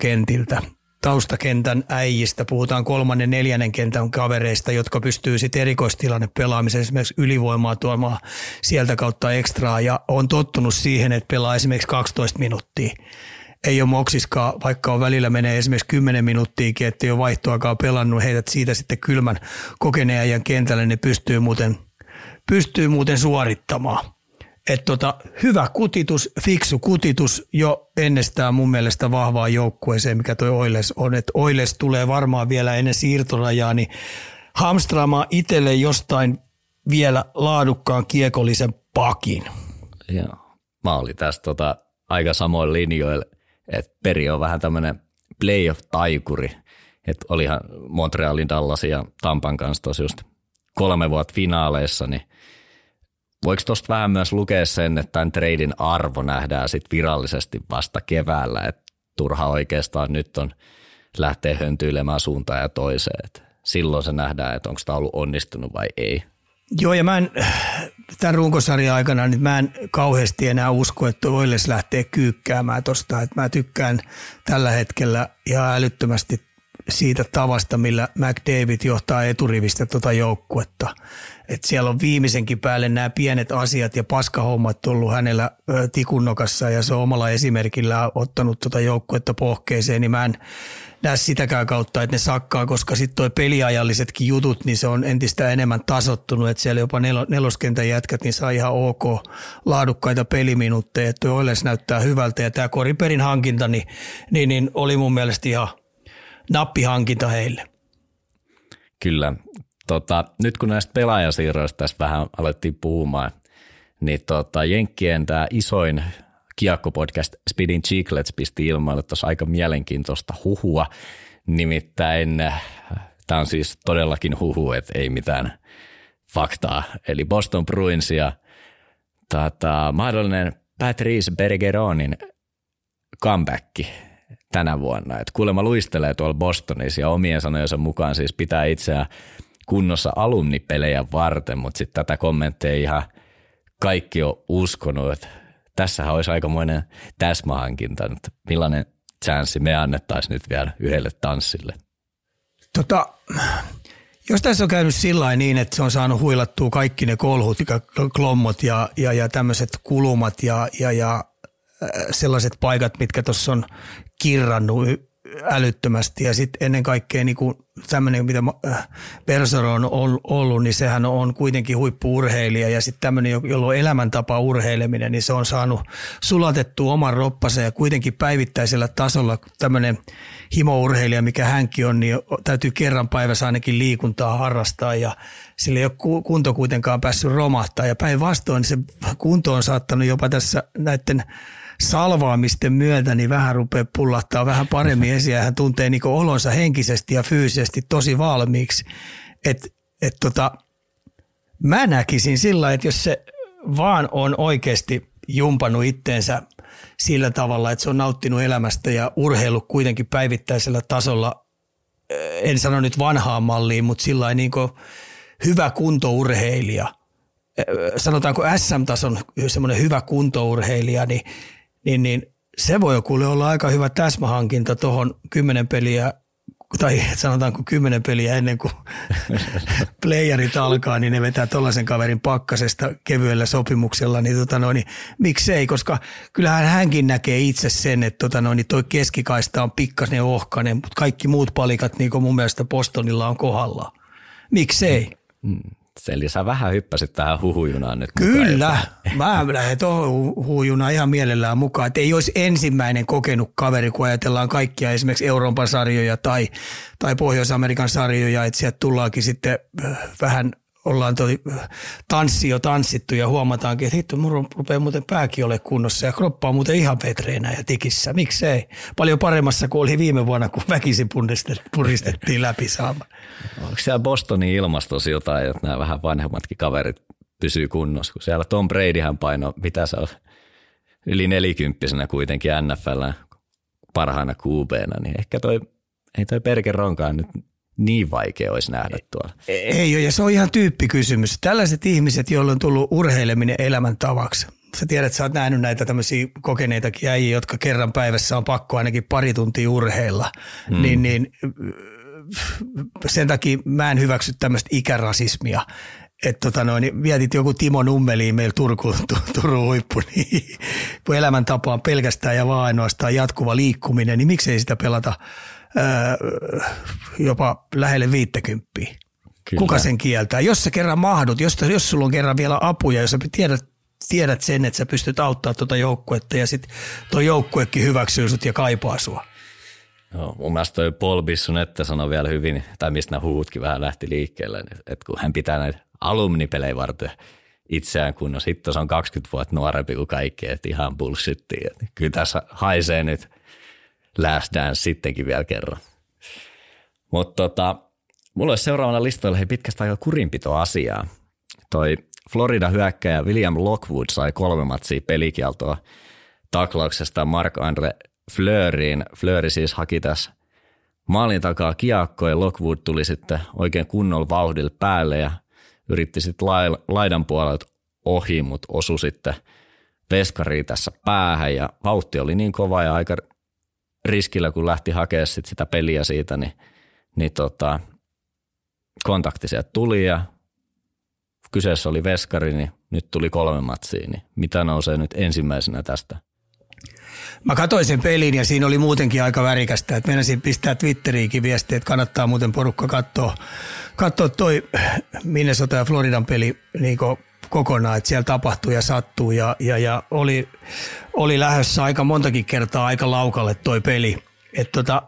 taustakentän äijistä, puhutaan 3., 4. kentän kavereista, jotka pystyy sitten erikoistilanne pelaamiseen, esimerkiksi ylivoimaa tuomaan sieltä kautta ekstraa ja on tottunut siihen, että pelaa esimerkiksi 12 minuuttia. ei ole moksiskaan, vaikka on välillä menee esimerkiksi 10 minuuttiakin, että ei ole vaihtoakaan pelannut, heidät siitä sitten kylmän kokeneen ajan kentälle, ne pystyy muuten suorittamaan. Hyvä kutitus, fiksu kutitus jo ennestään mun mielestä vahvaan joukkueeseen, mikä toi Oilers on. Että Oilers tulee varmaan vielä ennen siirtorajaa, niin hamstraamaan itselle jostain vielä laadukkaan kiekollisen pakin. Joo. Mä olin tässä aika samoin linjoilla, että Peri on vähän tämmöinen playoff-taikuri. Että olihan Montrealin, Dallasin ja Tampan kanssa tosi just 3 vuotta finaaleissa, niin voiko tuosta vähän myös lukea sen, että tämän treidin arvo nähdään sitten virallisesti vasta keväällä, että turha oikeastaan nyt on lähteä höntyilemään suuntaan ja toiseen. Et silloin se nähdään, että onko tämä ollut onnistunut vai ei. Joo, ja mä en tämän runkosarjan aikana niin mä en kauheasti enää usko, että Oilers lähtee kyykkäämään tuosta. Että mä tykkään tällä hetkellä ihan älyttömästi siitä tavasta, millä McDavid johtaa eturivistä joukkuetta. Että siellä on viimeisenkin päälle nämä pienet asiat ja paskahommat tullut hänellä tikunnokassa ja se on omalla esimerkillä ottanut joukkuetta pohkeeseen, niin mä en näe sitäkään kautta, että ne sakkaa, koska sitten toi peliajallisetkin jutut, niin se on entistä enemmän tasottunut, että siellä jopa neloskentän jätkät niin saa ihan ok laadukkaita peliminuutteja, että toi Oilers näyttää hyvältä ja tämä Corey Perryn hankinta niin oli mun mielestä ihan nappihankinta heille. Kyllä. Nyt kun näistä pelaajasiirroista tässä vähän alettiin puhumaan, niin Jenkkien tämä isoin kiekkopodcast Speeding Chiclets pisti ilmoille tuossa aika mielenkiintoista huhua. Nimittäin tämä on siis todellakin huhu, että ei mitään faktaa. Eli Boston Bruins ja mahdollinen Patrice Bergeronin comeback tänä vuonna. Et kuulemma luistelee tuolla Bostonissa ja omien sanojensa mukaan siis pitää itseään kunnossa alumnipelejä varten, mutta sitten tätä kommentteja ihan kaikki on uskonut, että tässähän olisi aikamoinen täsmähankinta, että millainen chanssi me annettaisiin nyt vielä yhdelle tanssille. Jos tässä on käynyt sillain niin, että se on saanut huilattua kaikki ne kolhut ja klommot ja tämmöiset kulumat ja sellaiset paikat, mitkä tuossa on kirrannut älyttömästi ja sitten ennen kaikkea niin tämmöinen, mitä Persero on ollut, niin sehän on kuitenkin huippu-urheilija ja sitten tämmöinen, jolla on elämäntapa urheileminen, niin se on saanut sulatettua oman roppansa ja kuitenkin päivittäisellä tasolla tämmöinen himourheilija, mikä hänkin on, niin täytyy kerran päivässä ainakin liikuntaa harrastaa ja sillä ei ole kunto kuitenkaan päässyt romahtaa ja päinvastoin se kunto on saattanut jopa tässä näiden salvaamisten myötä niin vähän rupeaa pullahtaa vähän paremmin esiin ja hän tuntee niin olonsa henkisesti ja fyysisesti tosi valmiiksi. Mä näkisin sillä, että jos se vaan on oikeasti jumpannut itteensä sillä tavalla, että se on nauttinut elämästä ja urheilu kuitenkin päivittäisellä tasolla, en sano nyt vanhaan malliin, mutta sillä niin hyvä kuntourheilija, sanotaanko SM-tason semmoinen hyvä kuntourheilija, niin se voi kuule olla aika hyvä täsmähankinta tuohon 10 peliä, tai sanotaanko 10 peliä ennen kuin playerit alkaa, niin ne vetää tollaisen kaverin pakkasesta kevyellä sopimuksella, niin, niin miksei, koska kyllähän hänkin näkee itse sen, että toi keskikaista on pikkasen ohkainen, mutta kaikki muut palikat niin kuin mun mielestä Bostonilla on kohdallaan. Miksei? Eli sä vähän hyppäsit tähän huhujunaan nyt. Kyllä, mä lähden tuohon huhujunaan ihan mielellään mukaan, että ei olisi ensimmäinen kokenut kaveri, kun ajatellaan kaikkia esimerkiksi Euroopan sarjoja tai Pohjois-Amerikan sarjoja, että sieltä tullaankin sitten vähän, ollaan tanssi jo tanssittu ja huomataankin, että hitto, mun rupeaa muuten pääkin ole kunnossa ja kroppa on muuten ihan petreenä ja tikissä. Miksei? Paljon paremmassa kuin oli viime vuonna, kun väkisin puristettiin läpi saamaan. Onko siellä Bostonin ilmastossa jotain, että nämä vähän vanhemmatkin kaverit pysyy kunnossa, kun siellä Tom Bradyhän paino, mitä se on, yli 40-vuotiaana kuitenkin NFL:n parhaana QB:nä, niin ehkä ei toi Bergeronkaan nyt niin vaikea olisi nähdä tuolla. Ei ole, ja se on ihan tyyppikysymys. Tällaiset ihmiset, joilla on tullut urheileminen elämäntavaksi. Sä tiedät, että sä oot nähnyt näitä tämmöisiä kokeneitakin äijiä, jotka kerran päivässä on pakko ainakin pari tuntia urheilla. Niin sen takia mä en hyväksy tämmöistä ikärasismia. niin vietit joku Timo Nummeliin meillä Turun huippu, niin kun elämäntapa on pelkästään ja vaan ainoastaan jatkuva liikkuminen, niin miksei sitä pelata jopa lähelle 50. Kyllä. Kuka sen kieltää? Jos sä kerran mahdut, jos sulla on kerran vielä apuja, jos sä tiedät sen, että sä pystyt auttamaan tuota joukkuetta ja sitten tuo joukkuekin hyväksyy sut ja kaipaa sua. No, mun mielestä toi Paul Bissonnette sanoi vielä hyvin, tai mistä nämä huutkin vähän lähti liikkeelle, että kun hän pitää näitä alumnipelejä varten itseään kunnossa, sitten se on 20 vuotta nuorempi kuin kaikki, että ihan bullshittia. Kyllä tässä haisee nyt Last Dance sittenkin vielä kerran. Mutta mulla olisi seuraavana listoilla pitkästä aikaa kurinpitoasiaa. Toi Florida hyökkäjä William Lockwood sai 3 matsia pelikieltoa taklauksesta Marc-Andre Fleuriin. Fleury siis haki tässä maalin takaa kiekkoa ja Lockwood tuli sitten oikein kunnolla vauhdilla päälle ja yritti sitten laidan puolelta ohi, mutta osui sitten veskariin tässä päähän ja vauhti oli niin kova ja aika riskillä, kun lähti hakemaan sit sitä peliä siitä, niin kontakti sieltä tuli ja kyseessä oli veskari, niin nyt tuli 3 matsia, niin mitä nousee nyt ensimmäisenä tästä? Mä katsoin sen pelin ja siinä oli muutenkin aika värikästä, että meinasin pistää Twitteriinkin viestiä, että kannattaa muuten porukka katsoa toi Minnesota ja Floridan peli niin kokonaan, että siellä tapahtuu ja sattuu ja oli lähdössä aika montakin kertaa aika laukalle toi peli. Että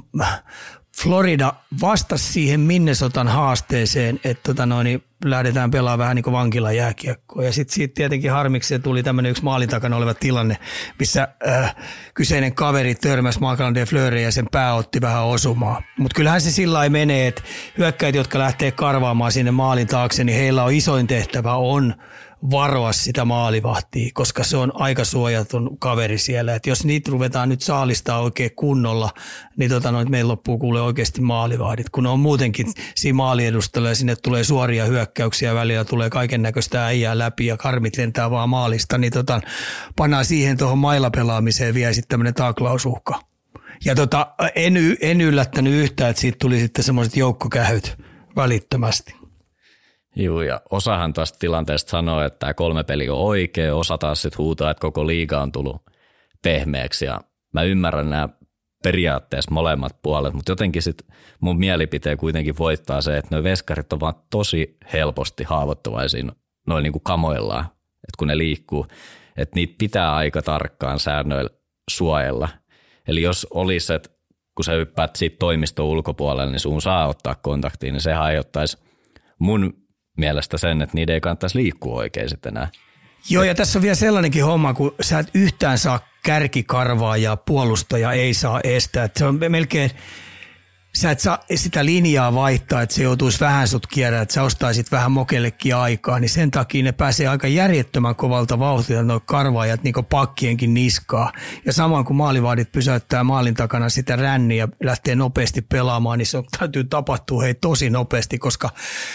Florida vastasi siihen Minnesotan haasteeseen, että lähdetään pelaamaan vähän niin kuin vankilajääkiekkoa. Ja sitten siitä tietenkin harmiksi tuli tämmöinen yksi maalin takana oleva tilanne, missä kyseinen kaveri törmäsi Marc-Andre Fleury ja sen pää otti vähän osumaan. Mutta kyllähän se sillä lailla menee, että hyökkäät, jotka lähtee karvaamaan sinne maalin taakse, niin heillä on isoin tehtävä on varoa sitä maalivahtia, koska se on aika suojatun kaveri siellä. Et jos niitä ruvetaan nyt saalistaa oikein kunnolla, niin meillä loppuu kuule oikeasti maalivahdit. Kun on muutenkin siinä maaliedustalla ja sinne tulee suoria hyökkäyksiä, välillä tulee kaiken näköistä äijää läpi ja karmit lentää vaan maalista, niin pannaan siihen tuohon mailapelaamiseen vielä sitten tämmöinen taklausuhka. Ja en yllättänyt yhtään, että siitä tuli sitten semmoiset joukkokähyt välittömästi. Joo, ja osahan tuosta tilanteesta sanoo, että tämä 3 peli on oikea, osa taas sitten huutaa, että koko liiga on tullut pehmeäksi, ja mä ymmärrän nämä periaatteessa molemmat puolet, mutta jotenkin sitten mun mielipiteen kuitenkin voittaa se, että nuo veskarit on vaan tosi helposti haavoittuvaisia noin niin kuin kamoillaan, että kun ne liikkuu, että niitä pitää aika tarkkaan säännöillä suojella. Eli jos olisi, että kun sä hyppäät siitä toimiston ulkopuolelle, niin sun saa ottaa kontaktiin, niin se aiheuttaisi mun mielestä sen, että niiden ei kannattaisi liikkua oikein sitten enää. Joo, ja tässä on vielä sellainenkin homma, kun sä et yhtään saa kärkikarvaa ja puolustaja ei saa estää. Että se on melkein, sä et saa sitä linjaa vaihtaa, että se joutuisi vähän sut kierrä, että sä ostaisit vähän mokellekin aikaa, niin sen takia ne pääsee aika järjettömän kovalta vauhtia nuo karvaajat niin kuin pakkienkin niskaa. Ja samoin kun maalivahdit pysäyttää maalin takana sitä ränniä ja lähtee nopeasti pelaamaan, niin se täytyy tapahtua tosi nopeasti, koska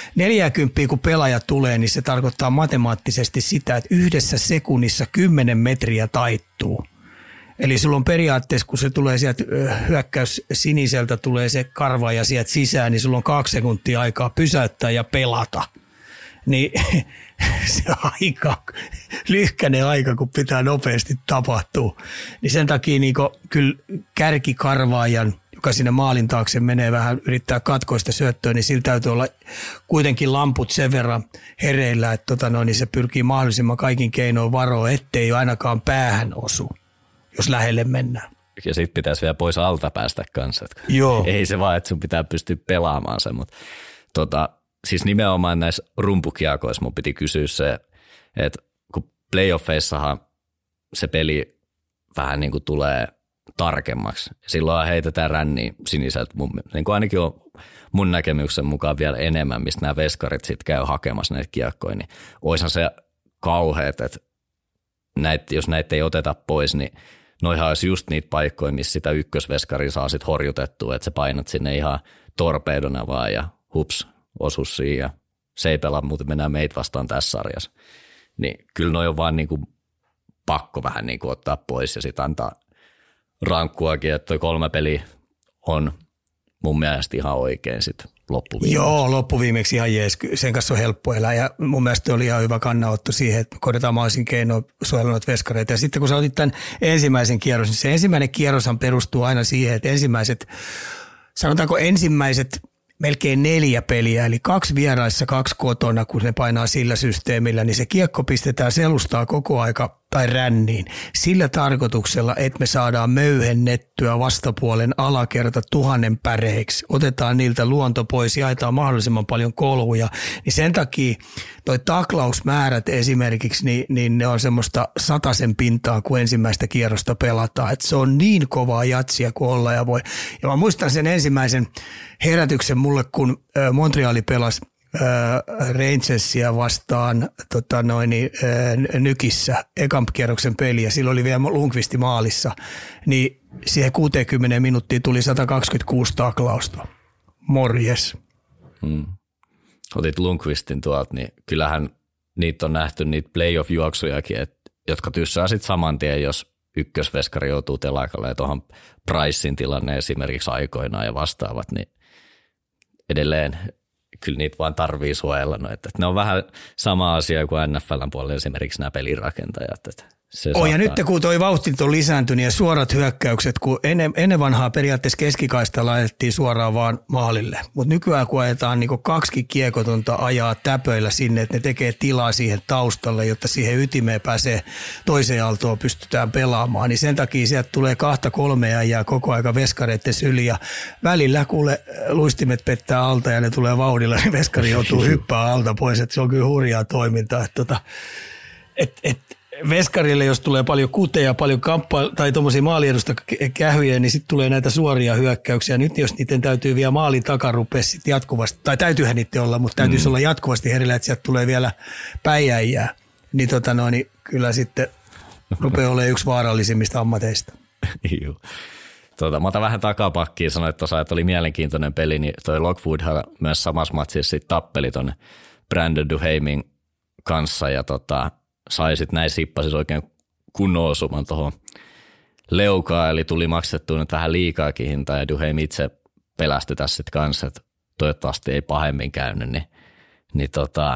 40 kun pelaaja tulee, niin se tarkoittaa matemaattisesti sitä, että 1 sekunnissa 10 metriä taittuu. Eli sulla on periaatteessa, kun se tulee sieltä hyökkäys siniseltä, tulee se karva ja sieltä sisään, niin sulla on 2 sekuntia aikaa pysäyttää ja pelata. Niin se aika, lyhkäinen aika, kun pitää nopeasti tapahtua. Niin sen takia niin kyllä kärkikarvaajan, joka sinne maalin taakse menee vähän yrittää katkoista syöttöä, niin sillä täytyy olla kuitenkin lamput sen verran hereillä, että niin se pyrkii mahdollisimman kaikin keinoin varoa, ettei ainakaan päähän osu, jos lähelle mennään. Ja sitten pitäisi vielä pois alta päästä kanssa. Joo. Ei se vaan, että sun pitää pystyä pelaamaan sen, mutta siis nimenomaan näissä rumpukiekoissa mun piti kysyä se, että kun playoffeissahan se peli vähän niin kuin tulee tarkemmaksi. Silloin heitetään ränniä siniseltä, niin kuin ainakin on mun näkemyksen mukaan vielä enemmän, mistä nämä veskarit sitten käy hakemassa näitä kiekkoja, niin oishan se kauheat, että jos näitä ei oteta pois, niin noihan olisi just niitä paikkoja, missä sitä ykkösveskaria saa sitten horjutettua, että sä painat sinne ihan torpeidona vaan ja hups, osuus siihen ja se ei pelaa, muuten mennään meitä vastaan tässä sarjassa. Niin kyllä noi on vaan niinku pakko vähän niinku ottaa pois ja sitten antaa rankkuakin, että toi 3 peliä on mun mielestä ihan oikein sitten. loppuviimeksi. Joo, loppuviimeksi ihan jees. Sen kanssa on helppo elää ja mun mielestä oli ihan hyvä kannanotto siihen, että koitetaan mahdollisin keinoin suojella noita veskareita. Ja sitten kun sä otit tämän ensimmäisen kierros, niin se ensimmäinen kierroshan perustuu aina siihen, että sanotaanko ensimmäiset melkein 4 peliä, eli 2 vieraissa, 2 kotona, kun ne painaa sillä systeemillä, niin se kiekko pistetään selustaa koko aika tai ränniin sillä tarkoituksella, että me saadaan möyhennettyä vastapuolen alakerta 1000 päreiksi. Otetaan niiltä luonto pois, jaetaan mahdollisimman paljon kolhuja, niin sen takia toi taklausmäärät esimerkiksi, niin ne on semmoista 100 pintaa, kun ensimmäistä kierrosta pelataan. Et se on niin kovaa jatsia kuin olla ja voi. Ja mä muistan sen ensimmäisen herätyksen mulle, kun Montreali pelasi Rangersia vastaan Nykissä ekan kierroksen peliä. Silloin oli vielä Lundqvisti maalissa. Niin siihen 60 minuuttia tuli 126 taklausta. Morjes. Otit Lundqvistin tuolta, niin kyllähän niitä on nähty niitä playoff-juoksujakin, jotka tyssää sitten saman tien, jos ykkösveskari joutuu telakalle ja tuohon Pricein tilanne esimerkiksi aikoinaan ja vastaavat, niin edelleen kyllä niitä vaan tarvii suojella. No, että ne on vähän sama asia kuin NFL:n puolella esimerkiksi nämä pelirakentajat. Ja nyt kun toi vauhti on lisääntynyt ja suorat hyökkäykset, kun ennen vanhaa periaatteessa keskikaista laitettiin suoraan vaan maalille. Mutta nykyään kun ajetaan niin 2 kiekotonta ajaa täpöillä sinne, että ne tekee tilaa siihen taustalle, jotta siihen ytimeen pääsee toiseen aaltoon pystytään pelaamaan. Niin sen takia sieltä tulee 2-3 ajaa koko aika veskareiden syli ja välillä kuule luistimet pettää alta ja ne tulee vauhdilla, niin veskari joutuu hyppää alta pois. Että se on kyllä hurjaa toimintaa. Veskarille, jos tulee paljon kuteja, paljon tai tuommoisia maaliedusta kähyjä, niin sitten tulee näitä suoria hyökkäyksiä. Nyt jos niiden täytyy vielä maalin takarupea sitten jatkuvasti, tai täytyyhän niiden olla, mutta täytyisi olla jatkuvasti herillä, että sieltä tulee vielä päijäijää, niin, niin kyllä sitten rupeaa olemaan yksi vaarallisimmista ammateista. Joo. Mä otan vähän takapakkiin, sanoin tuossa, että oli mielenkiintoinen peli, niin toi Lockwoodhan myös samassa matsissa sitten tappeli tuonne Brandon Duhaimin kanssa ja sai sitten näin sippasis oikein kunnon osuman tuohon leukaan, eli tuli maksettua nyt vähän liikaakin hintaa ja Duhaime itse pelästyi tässä sitten kanssa, että toivottavasti ei pahemmin käynyt, niin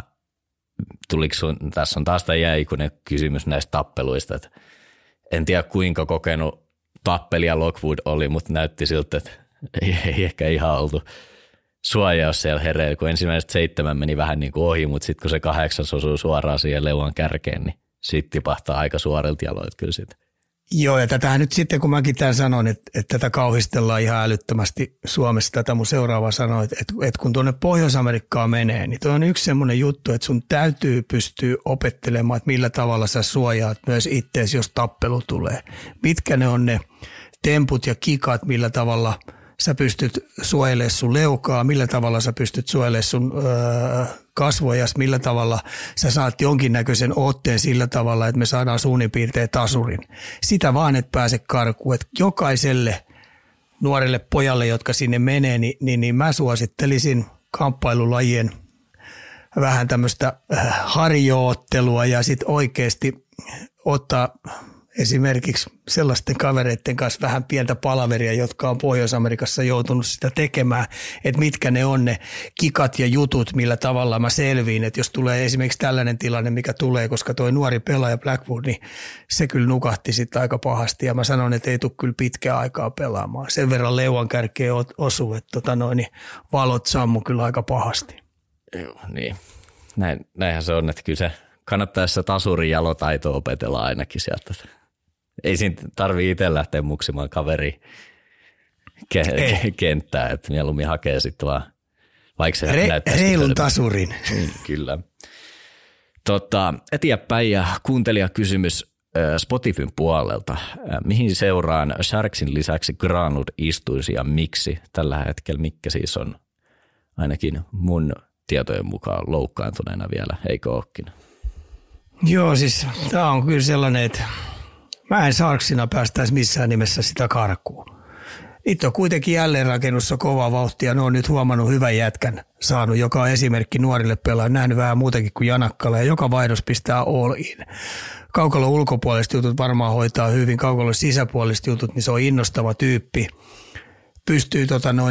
tuliko tässä on taas tämä jäikuinen kysymys näistä tappeluista, että en tiedä kuinka kokenut tappelija Lockwood oli, mutta näytti siltä, että ei ehkä ihan oltu suojaus siellä hereillä, kun ensimmäiset 7 meni vähän niin kuin ohi, mutta sitten kun se 8 osuu suoraan siihen leuan kärkeen, niin sitten tipahtaa aika suorilta jaloilta kyllä sitten. Joo, ja tätähän nyt sitten, kun mäkin tämän sanon, että tätä kauhistellaan ihan älyttömästi Suomessa, tätä mun seuraava sanoi, että kun tuonne Pohjois-Amerikkaan menee, niin tuo on yksi semmoinen juttu, että sun täytyy pystyä opettelemaan, että millä tavalla sä suojaat myös ittees, jos tappelu tulee. Mitkä ne on ne temput ja kikat, millä tavalla sä pystyt suojelemaan sun leukaa, millä tavalla sä pystyt suojelemaan sun kasvojas, millä tavalla sä saat jonkinnäköisen otteen sillä tavalla, että me saadaan suunnin piirtein tasurin. Sitä vaan et pääse karkuun, että jokaiselle nuorelle pojalle, jotka sinne menee, niin mä suosittelisin kamppailulajien vähän tämmöistä harjoittelua ja sitten oikeasti ottaa esimerkiksi sellaisten kavereiden kanssa vähän pientä palaveria, jotka on Pohjois-Amerikassa joutunut sitä tekemään, että mitkä ne on ne kikat ja jutut, millä tavalla mä selviin, että jos tulee esimerkiksi tällainen tilanne, mikä tulee, koska toi nuori pelaaja Blackwood, niin se kyllä nukahti sitten aika pahasti ja mä sanon, että ei tule kyllä pitkää aikaa pelaamaan. Sen verran leuan kärkeen osuu, että valot sammu kyllä aika pahasti. Joo, niin. Näinhän se on, että kyllä se kannattaa se tasurin jalotaito opetella ainakin sieltä. Ei siinä tarvitse itse lähteä muksimaan kaveri kenttää, että mieluummin hakee sitten vaan, vaikka se näyttäisi. Reilun tasurin. Kyllä. Eteenpäin ja kuuntelijakysymys Spotifyn puolelta. Mihin seuraan Sharksin lisäksi Granlund istuisi ja miksi tällä hetkellä, mikä siis on ainakin mun tietojen mukaan loukkaantuneena vielä, eikö ookin? Joo, siis tämä on kyllä sellainen, että mä en Sharksina päästäisi missään nimessä sitä karkuun. Itse on kuitenkin jälleenrakennussa kovaa vauhtia. Ne on nyt huomannut hyvän jätkän saanut, joka on esimerkki nuorille pelaajille. Nähnyt vähän muutakin kuin Janakkala ja joka vaihdos pistää all in. Kaukalon ulkopuoliset jutut varmaan hoitaa hyvin. Kaukalon sisäpuoliset jutut, niin se on innostava tyyppi. pystyy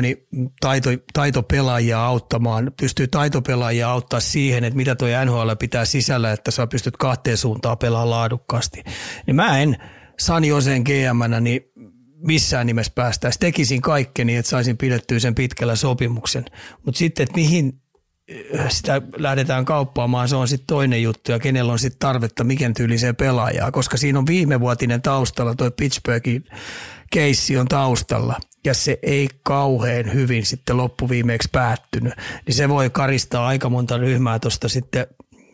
taitopelaajia auttamaan, pystyy taitopelaajia auttaa siihen, että mitä toi NHL pitää sisällä, että sä pystyt kahteen suuntaan pelaamaan laadukkaasti. Niin mä en San Joseen GM:nä niin missään nimessä päästäisi. Tekisin kaikkeni, että saisin pidettyä sen pitkällä sopimuksen. Mutta sitten, että mihin sitä lähdetään kauppaamaan, se on sitten toinen juttu ja kenellä on sitten tarvetta mikä tyyliseen pelaajaa, koska siinä on viimevuotinen taustalla, toi Pittsburghin keissi on taustalla ja se ei kauhean hyvin sitten loppuviimeeksi päättynyt, niin se voi karistaa aika monta ryhmää tuosta sitten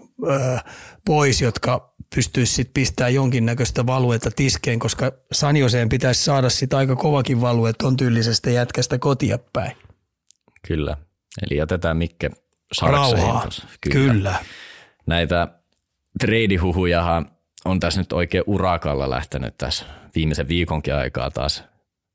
pois, jotka pystyisi sitten pistämään jonkinnäköistä valuetta tiskeen, koska San Joseen pitäisi saada sitten aika kovakin value ton tyylisestä jätkästä kotia päin. Kyllä, eli jätetään Mikke rauhaa. Kyllä. Näitä treidihuhujahan on tässä nyt oikein urakalla lähtenyt tässä viimeisen viikonkin aikaa taas,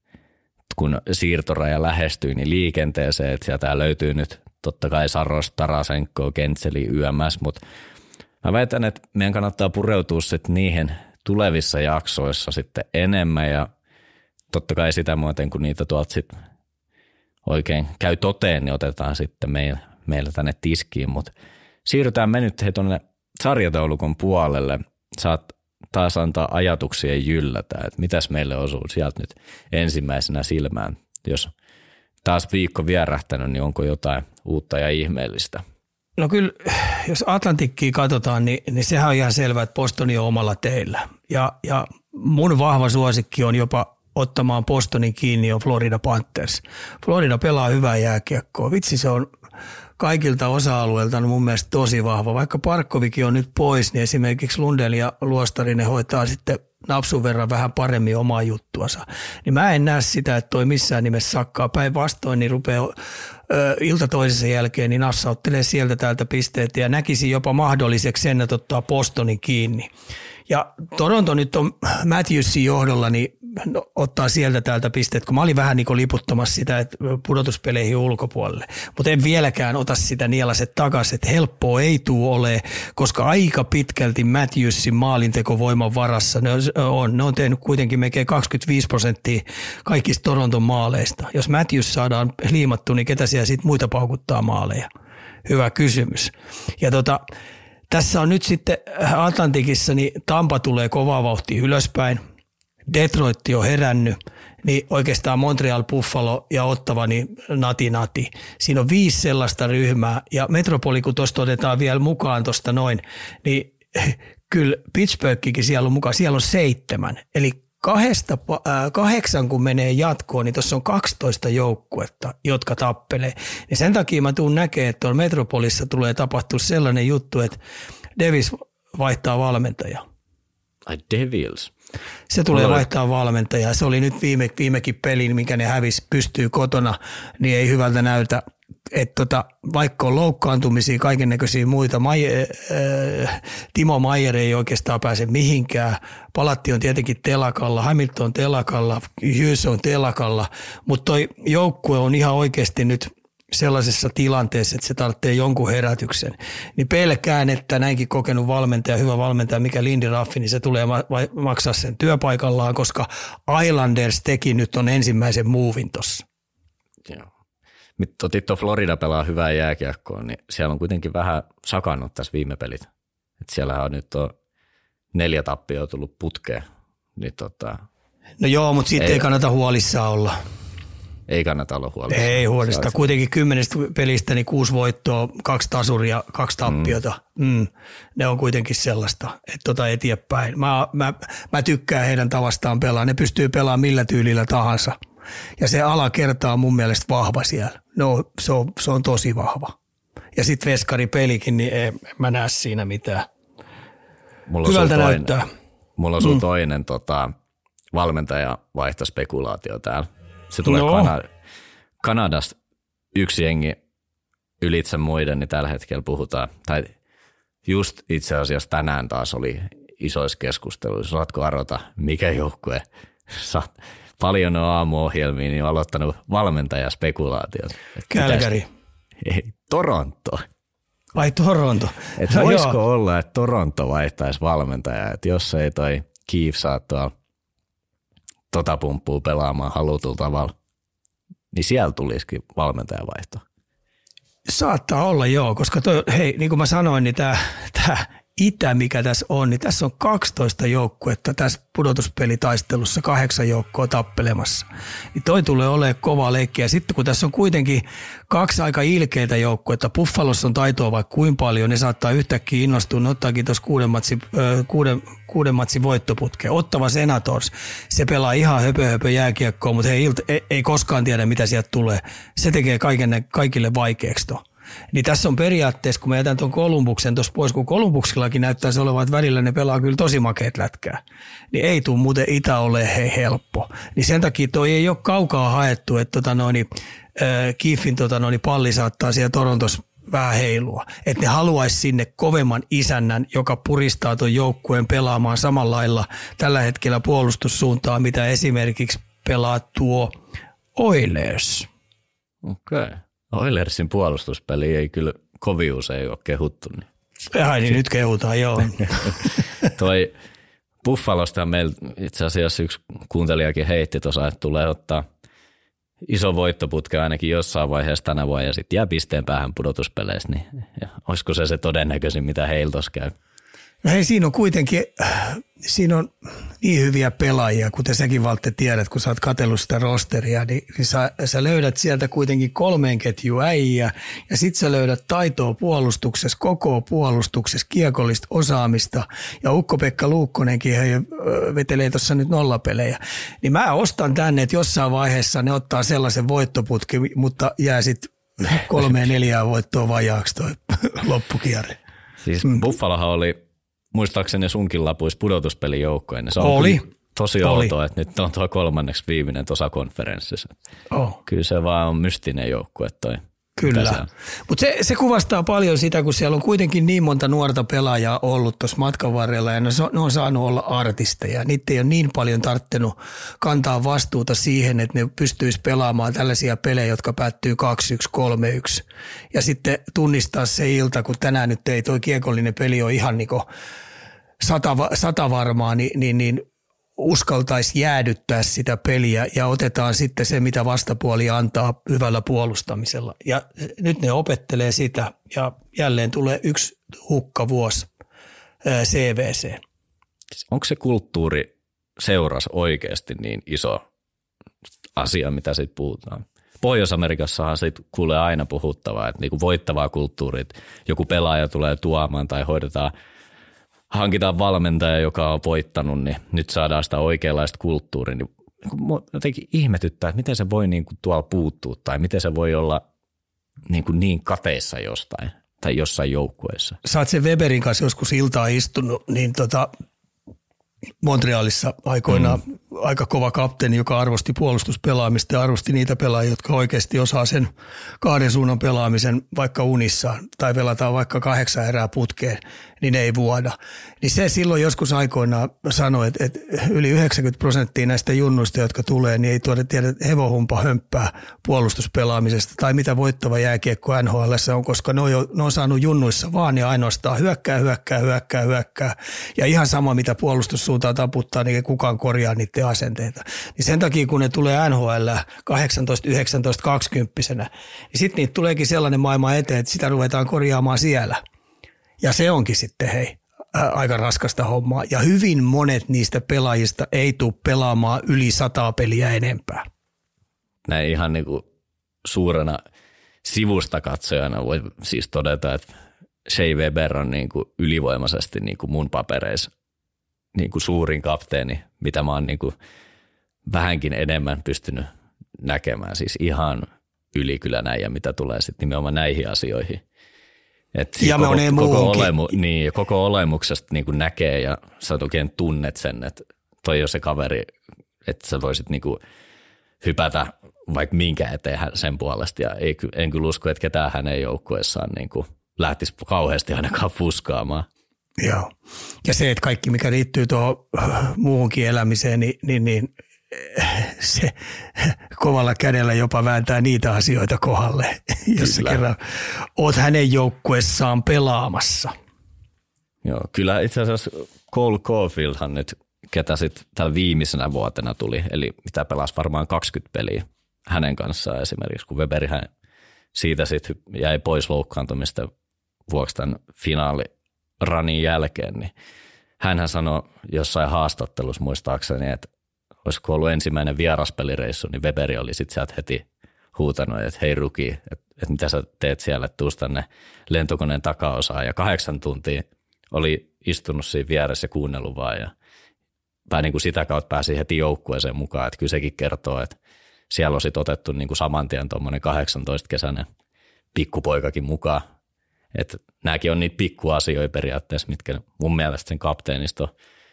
kun siirtoraja lähestyy, niin liikenteeseen, että sieltä löytyy nyt totta kai Saros, Tarasenko, Kentseli, YMS, mutta mä väitän, että meidän kannattaa pureutua sitten niihin tulevissa jaksoissa sitten enemmän ja totta kai sitä muuten, kun niitä tuolta sitten oikein käy toteen, niin otetaan sitten meillä tänne tiskiin, mutta siirrytään me nyt tuonne sarjataulukon puolelle. Saat taas antaa ajatuksia jyllätä, että mitäs meille osuu sieltä nyt ensimmäisenä silmään. Jos taas viikko vierähtänyt, niin onko jotain uutta ja ihmeellistä? No kyllä, jos Atlantikkiä katsotaan, niin sehän on ihan selvää, että Bostoni on omalla teillä. Ja mun vahva suosikki on jopa ottamaan Bostonin kiinni on Florida Panthers. Florida pelaa hyvää jääkiekkoa. Vitsi, se on kaikilta osa-alueilta mun mielestä tosi vahva. Vaikka Parkkovikin on nyt pois, niin esimerkiksi Lundell ja Luostarinen hoitaa sitten napsun verran vähän paremmin omaa juttuansa. Niin mä en näe sitä, että toi missään nimessä sakkaa. Päinvastoin niin rupeaa ilta toisessa jälkeen niin nassauttelee sieltä täältä pisteet ja näkisi jopa mahdolliseksi sen, että ottaa Bostonin kiinni. Ja Toronto nyt on Matthewsin johdolla, niin ottaa sieltä täältä pisteet, kun mä olin vähän niin kuin liputtamassa sitä, että pudotuspeleihin ulkopuolelle. Mutta en vieläkään ota sitä nielaset takaisin, että helppoa ei tule ole, koska aika pitkälti Matthewsin maalintekovoiman varassa ne on tehnyt kuitenkin melkein 25% kaikista Toronton maaleista. Jos Matthews saadaan liimattu, niin ketä siellä sitten muita paukuttaa maaleja? Hyvä kysymys. Ja tässä on nyt sitten Atlantikissa, niin Tampa tulee kovaa vauhtia ylöspäin. Detroit on herännyt, niin oikeastaan Montreal, Buffalo ja Ottawa, niin nati. Siinä on 5 sellaista ryhmää ja Metropoli, kun tuosta otetaan vielä mukaan tuosta noin, niin kyllä Pittsburghikin siellä on mukaan, siellä on 7. Eli 8 kun menee jatkoon, niin tuossa on 12 joukkuetta, jotka tappelee. Ja sen takia mä tuun näkemään, että tuolla Metropolissa tulee tapahtua sellainen juttu, että Davis vaihtaa valmentajaa. Ai Devils? Se tulee vaihtaa valmentajaa. Se oli nyt viimekin pelin, mikä ne hävisi, pystyy kotona, niin ei hyvältä näytä. Että vaikka on loukkaantumisia, kaikennäköisiä muita, Timo Maier ei oikeastaan pääse mihinkään. Palatti on tietenkin telakalla, Hamilton on telakalla, Hughes on telakalla, mutta toi joukkue on ihan oikeasti nyt sellaisessa tilanteessa, että se tarvitsee jonkun herätyksen. Niin pelkään, että näinkin kokenut valmentaja, hyvä valmentaja, mikä Lindy Raffi, niin se tulee maksaa sen työpaikallaan, koska Islanders teki nyt on ensimmäisen movin tossa. Joo. Totitto Florida pelaa hyvää jääkiekkoa, niin siellä on kuitenkin vähän sakannut tässä viime pelit. Et siellähän on nyt 4 tappioa tullut putkeen. Niin No joo, mutta siitä ei kannata huolissaan olla. Ei kannata olla huolissaan. Ei huolista. Kuitenkin 10 pelistä niin 6 voittoa, 2 tasuria, 2 tappiota. Ne on kuitenkin sellaista, että eteenpäin. Mä tykkään heidän tavastaan pelaa. Ne pystyy pelaamaan millä tyylillä tahansa. Ja se alakerta on mun mielestä vahva siellä. No, se on tosi vahva. Ja sitten veskaripelikin, niin en mä näe siinä mitään. Hyvältä näyttää. Mulla on toinen valmentaja vaihtospekulaatio täällä. Se tulee Kanadasta yksi jengi ylitse muiden, niin tällä hetkellä puhutaan. Tai just itse asiassa tänään taas oli isoissa keskusteluissa. Saatko arvata, mikä joukkue? Paljon on aamuohjelmiin, niin on aloittanut valmentajaspekulaatiot. Calgary. Ei, Toronto. Vai Toronto? Että voisiko olla, että Toronto vaihtaisi valmentajaa, että jos ei toi Keefe saa tuolla pumppua pelaamaan halutulla tavalla. niin siellä tulisikin valmentajavaihto. Saattaa olla joo, koska niin kuin mä sanoin, niin tämä itä, mikä tässä on, niin tässä on 12 joukkuetta tässä pudotuspelitaistelussa, 8 joukkoa tappelemassa. Niin toi tulee olemaan kova leikki. Ja sitten kun tässä on kuitenkin 2 aika ilkeitä joukkuetta, Buffalossa on taitoa vaikka kuinka paljon, ne saattaa yhtäkkiä innostua, ne ottaakin tuossa 6 matsin voittoputkeen. Ottava Senators, se pelaa ihan höpö jääkiekkoa, mutta ei koskaan tiedä, mitä sieltä tulee. Se tekee kaikille vaikeaksi tuon. Niin tässä on periaatteessa, kun mä jätän tuon Columbuksen tuossa pois, kun Columbuksillakin näyttää se olevan, että välillä ne pelaa kyllä tosi makeat lätkää, niin ei tule muuten itä ole helppo. Niin sen takia toi ei ole kaukaa haettu, että Keefin palli saattaa siellä Torontossa vähän heilua. Että ne haluaisi sinne kovemman isännän, joka puristaa tuon joukkueen pelaamaan samalla lailla tällä hetkellä puolustussuuntaa, mitä esimerkiksi pelaa tuo Oilers. Okei. Okay. Oilersin puolustuspeli ei kyllä kovin usein ole kehuttu. Niin nyt kehutaan, joo. Toi Buffalosta meillä itse asiassa yksi kuuntelijakin heitti tuossa, että tulee ottaa iso voittoputke ainakin jossain vaiheessa tänä vuonna ja sitten jää pisteen päähän pudotuspeleissä, niin olisiko se todennäköisin, mitä heillä tuossa käy? No hei, siinä on niin hyviä pelaajia, kuten säkin Valtte tiedät, kun sä oot katsellut sitä rosteria, niin sä löydät sieltä kuitenkin 3 ketjun äijä ja sit sä löydät taitoa puolustuksessa, koko puolustuksessa, kiekollista osaamista ja Ukko-Pekka Luukkonenkin vetelee tuossa nyt nollapelejä. Niin mä ostan tänne, että jossain vaiheessa ne ottaa sellaisen voittoputki, mutta jää sitten 3-4 voittoa vajaaksi toi loppukierre. Siis Buffalohan oli muistaakseni sunkin lapuissa pudotuspelijoukkoja. Se on oli. Tosi outoa, että nyt on tuo 3. viimeinen tuossa konferenssissa. Kyllä se vaan on mystinen joukkue toi. Kyllä, mutta se kuvastaa paljon sitä, kun siellä on kuitenkin niin monta nuorta pelaajaa ollut tuossa matkan varrella ja ne on saanut olla artisteja. Niitä ei ole niin paljon tarttunut kantaa vastuuta siihen, että ne pystyisi pelaamaan tällaisia pelejä, jotka päättyy 2-1, 3-1. Ja sitten tunnistaa se ilta, kun tänään nyt ei toi kiekollinen peli ole ihan niin kuin 100 varmaa, niin uskaltaisi jäädyttää sitä peliä ja otetaan sitten se, mitä vastapuoli antaa hyvällä puolustamisella. Ja nyt ne opettelee sitä ja jälleen tulee 1 hukkavuosi CVC. Onko se kulttuuri seuras oikeasti niin iso asia, mitä siitä puhutaan? Pohjois-Amerikassahan siitä kuulee aina puhuttavaa, että niinku voittavaa kulttuuria, että joku pelaaja tulee tuomaan tai hankitaan valmentaja, joka on voittanut, niin nyt saadaan sitä oikeanlaista kulttuuria. Niin jotenkin ihmetyttää, että miten se voi niin kuin tuolla puuttua tai miten se voi olla niin kateissa jostain tai jossain joukkueessa. Sä oot sen Weberin kanssa joskus iltaa istunut, niin Montrealissa aikoinaan aika kova kapteeni, joka arvosti puolustuspelaamista ja arvosti niitä pelaajia, jotka oikeasti osaa sen 2 suunnan pelaamisen vaikka unissaan tai pelataan vaikka 8 erää putkeen, niin ei vuoda. Niin se silloin joskus aikoinaan sanoi, että yli 90% näistä junnuista, jotka tulee, niin ei tiedä hevohumpa hömppää puolustuspelaamisesta tai mitä voittava jääkiekko NHL:ssä on, koska ne on saanut junnuissa vaan ja ainoastaan hyökkää. Ja ihan sama, mitä puolustussuuntaan taputtaa, niin kukaan korjaa niiden asenteita. Niin sen takia, kun ne tulee NHL 18, 19, 20, niin sitten niitä tuleekin sellainen maailma eteen, että sitä ruvetaan korjaamaan siellä. Ja se onkin sitten aika raskasta hommaa. Ja hyvin monet niistä pelaajista ei tule pelaamaan yli 100 peliä enempää. Näin ihan niin kuin suurena sivusta katsojana voi siis todeta, että Shea Weber on niin kuin ylivoimaisesti niin kuin mun papereissa niin kuin suurin kapteeni, mitä mä oon niin kuin vähänkin enemmän pystynyt näkemään. Siis ihan ylikylänäjä, mitä tulee sitten nimenomaan näihin asioihin. Et ja koko olemuksesta niin kuin näkee ja sä oikein tunnet sen, että toi on se kaveri, että sä voisit niin kuin hypätä vaikka minkä eteen sen puolesta. Ja en kyllä usko, että ketään hänen joukkueessaan niin kuin lähtisi kauheasti ainakaan fuskaamaan. Joo. Ja se, että kaikki mikä liittyy tuohon muuhunkin elämiseen, niin se kovalla kädellä jopa vääntää niitä asioita kohdalle, jos sä kerran oot hänen joukkuessaan pelaamassa. Joo, kyllä itse asiassa Cole Caulfieldhan nyt, ketä sitten tällä viimeisenä vuotena tuli, eli mitä pelasi varmaan 20 peliä hänen kanssaan esimerkiksi, kun Weberihän siitä sitten jäi pois loukkaantumista vuoksi tämän finaaliranin jälkeen, niin hänhän sanoi jossain haastattelussa muistaakseni, että olisiko ollut ensimmäinen vieraspelireissu, niin Weberi oli sitten sieltä heti huutanut, että hei ruki, että mitä sä teet siellä, että tuu tänne lentokoneen takaosaan. Ja 8 tuntia oli istunut siinä vieressä ja kuunnellut vaan ja vähän niin kuin sitä kautta pääsi heti joukkueeseen mukaan, että kyllä sekin kertoo, että siellä on sitten otettu niin kuin saman tien tuommoinen 18-kesäinen pikkupoikakin mukaan. Että nämäkin on niitä pikkuasioita periaatteessa, mitkä mun mielestä sen kapteeniston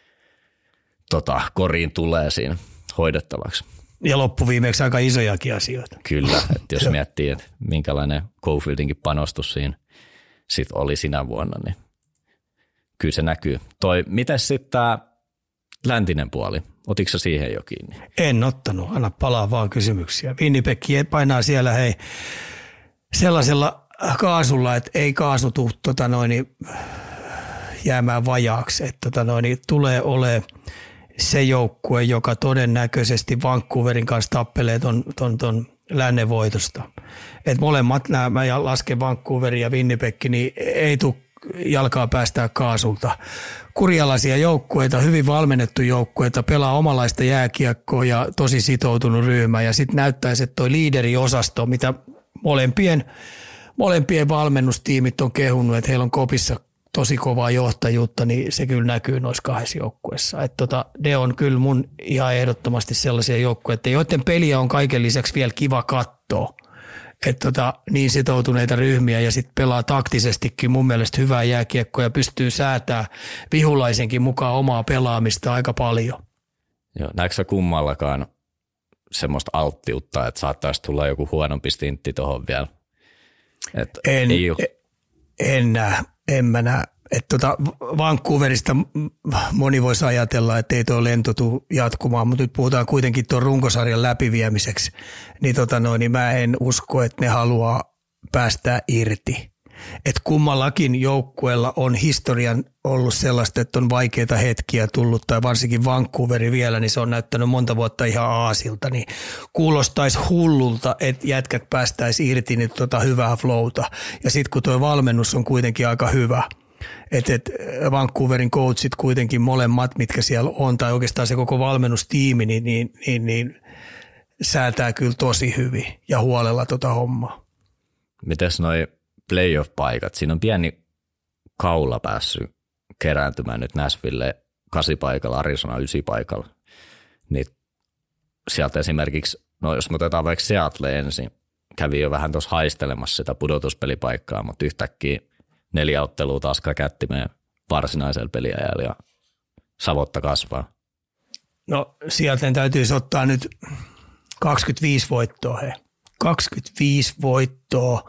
koriin tulee siinä hoidettavaksi. Ja loppuviimeksi aika isojakin asioita. Kyllä, että jos miettii, että minkälainen Cofieldinkin panostus siinä sit oli sinä vuonna, niin kyllä se näkyy. Miten sitten tämä läntinen puoli? Otitko sä siihen jo kiinni? En ottanut, anna palaa vaan kysymyksiä. Winnipeg painaa siellä sellaisella kaasulla, että ei kaasu tule jäämään vajaaksi. Että tulee olemaan se joukkue, joka todennäköisesti Vancouverin kanssa tappelee ton lännen voitosta. Et molemmat mä lasken Vancouverin ja Winnipeg, niin ei tule jalkaa päästää kaasulta. Kurjalaisia joukkueita, hyvin valmennettu joukkueita, pelaa omalaista jääkiekkoa ja tosi sitoutunut ryhmä. Ja sitten näyttäisi, että toi liideriosasto, mitä molempien valmennustiimit on kehunut, että heillä on kopissa tosi kovaa johtajuutta, niin se kyllä näkyy noissa 2 joukkueessa. Ne on kyllä mun ihan ehdottomasti sellaisia joukkueita, joiden peliä on kaiken lisäksi vielä kiva katsoa. Niin sitoutuneita ryhmiä ja sitten pelaa taktisestikin mun mielestä hyvää jääkiekkoa ja pystyy säätämään vihulaisenkin mukaan omaa pelaamista aika paljon. Joo, näetkö sä kummallakaan semmoista alttiutta, että saattaisi tulla joku huonompi stintti tuohon vielä? En mä näe. Vancouverista moni voisi ajatella, että ei tuo lento tule jatkumaan, mutta nyt puhutaan kuitenkin tuon runkosarjan läpiviemiseksi. Niin mä en usko, että ne haluaa päästää irti. Että kummallakin joukkueella on historian ollut sellaista, että on vaikeita hetkiä tullut, tai varsinkin Vancouveri vielä, niin se on näyttänyt monta vuotta ihan aasilta, niin kuulostaisi hullulta, että jätkät päästäisi irti niin hyvää flowta. Ja sitten kun tuo valmennus on kuitenkin aika hyvä, että Vancouverin coachit kuitenkin molemmat, mitkä siellä on, tai oikeastaan se koko valmennustiimi, niin säätää kyllä tosi hyvin ja huolella hommaa. Mites noi playoff-paikat? Siinä on pieni kaula päässyt kerääntymään nyt Nashville 8 paikalla, Arizona 9 paikalla. Niin sieltä esimerkiksi, jos me otetaan vaikka Seattle ensin, kävi jo vähän tuossa haistelemassa sitä pudotuspelipaikkaa, mutta yhtäkkiä 4 ottelua taas kättimeen varsinaisella peliajalla ja savotta kasvaa. No sieltä täytyisi ottaa nyt 25 voittoa. 25 voittoa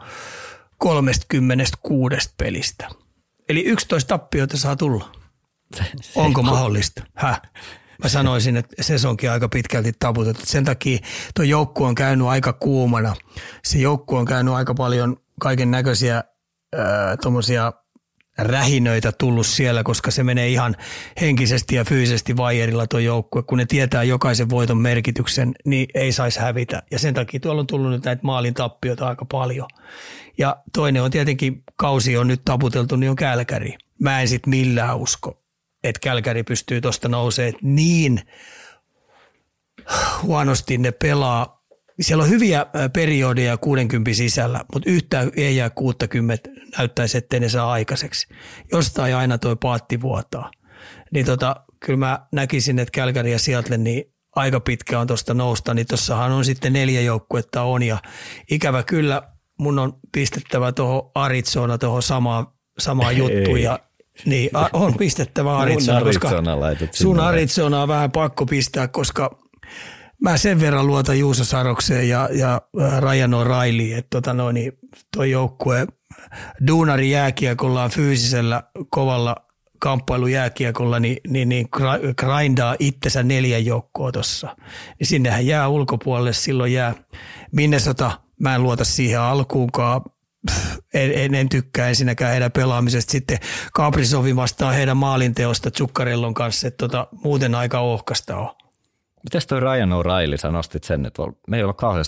36 pelistä. Eli 11 tappiota saa tulla. Onko mahdollista? Mä sanoisin, että sesonkin aika pitkälti taputettu. Sen takia tuo joukkue on käynyt aika kuumana. Se joukkue on käynyt aika paljon kaiken näköisiä tuommoisia rähinöitä tullut siellä, koska se menee ihan henkisesti ja fyysisesti vaijerilla tuo joukkue. Kun ne tietää jokaisen voiton merkityksen, niin ei saisi hävitä. Ja sen takia tuolla on tullut nyt näitä maalin tappioita aika paljon. Ja toinen on tietenkin, kausi on nyt taputeltu, niin on Calgary. Mä en sit millään usko, että Calgary pystyy tuosta nousemaan niin huonosti ne pelaa. Siellä on hyviä periodeja 60 sisällä, mutta yhtään ei jää 60, näyttäisi, ettei ne saa aikaiseksi. Jostain aina toi paatti vuotaa. Niin kyllä mä näkisin, että Calgary ja Seattle niin aika pitkä on tuosta nousta, niin tuossahan on sitten 4 joukkuetta on ja ikävä kyllä mun on pistettävä tuohon Arizona tuohon samaan juttuun ja niin on pistettävä Arizona, koska sun Arizona on vähän pakko pistää, koska mä sen verran luotan Juuso Sarokseen ja Ryan O'Reilly, että toi joukkue duunari jääkiekolla fyysisellä kovalla kamppailujääkiekolla, niin grindaa itsensä 4 joukkoa tuossa. Niin sinnehän jää ulkopuolelle, silloin jää Minnesota, mä en luota siihen alkuunkaan, en tykkää ensinnäkään heidän pelaamisesta. Sitten Kaprizovin vastaan heidän maalinteosta Zuccarellon kanssa, että muuten aika ohkasta on. Mites toi Ryan O'Reilly, sä nostit sen, että me ei olla kauheasti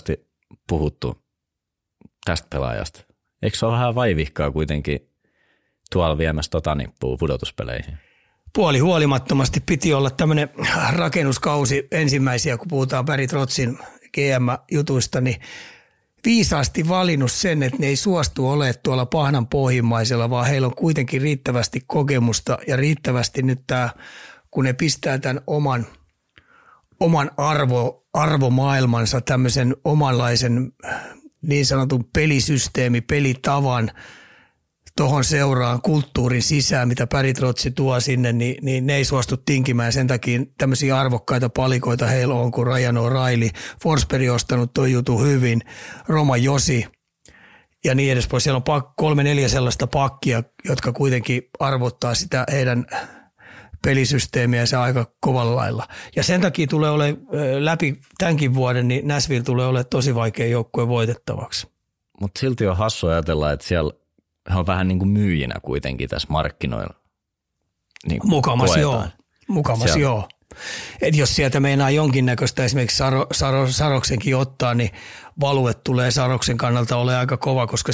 puhuttu tästä pelaajasta. Eikö se ole vähän vaivihkaa kuitenkin tuolla viemässä nippua pudotuspeleihin? Puoli huolimattomasti piti olla tämmöinen rakennuskausi ensimmäisiä, kun puhutaan Barry Trotzin GM-jutuista, niin viisaasti valinnut sen, että ne ei suostu olemaan tuolla pahnan pohjimmaisella, vaan heillä on kuitenkin riittävästi kokemusta ja riittävästi nyt tämä, kun ne pistää tämän oman arvomaailmansa, tämmöisen omanlaisen niin sanotun pelisysteemi, pelitavan tuohon seuraan kulttuurin sisään, mitä Barry Trotz tuo sinne, niin ne ei suostu tinkimään. Sen takia tämmöisiä arvokkaita palikoita heillä on, kun Ryan O'Reilly, Forsberg on ostanut tuon jutun hyvin, Roma Josi ja niin edespäin. Siellä on 3-4 sellaista pakkia, jotka kuitenkin arvottaa sitä heidän pelisysteemiä se aika kovalla lailla. Ja sen takia tulee olemaan läpi tämänkin vuoden, niin Nashville tulee olemaan tosi vaikea joukkue voitettavaksi. Mutta silti on hassu ajatella, että siellä he on vähän niin kuin myyjinä kuitenkin tässä markkinoilla. Niin Mukamas joo. Et jos sieltä meinaa jonkinnäköistä esimerkiksi Saroksenkin ottaa, niin value tulee Saroksen kannalta ole aika kova, koska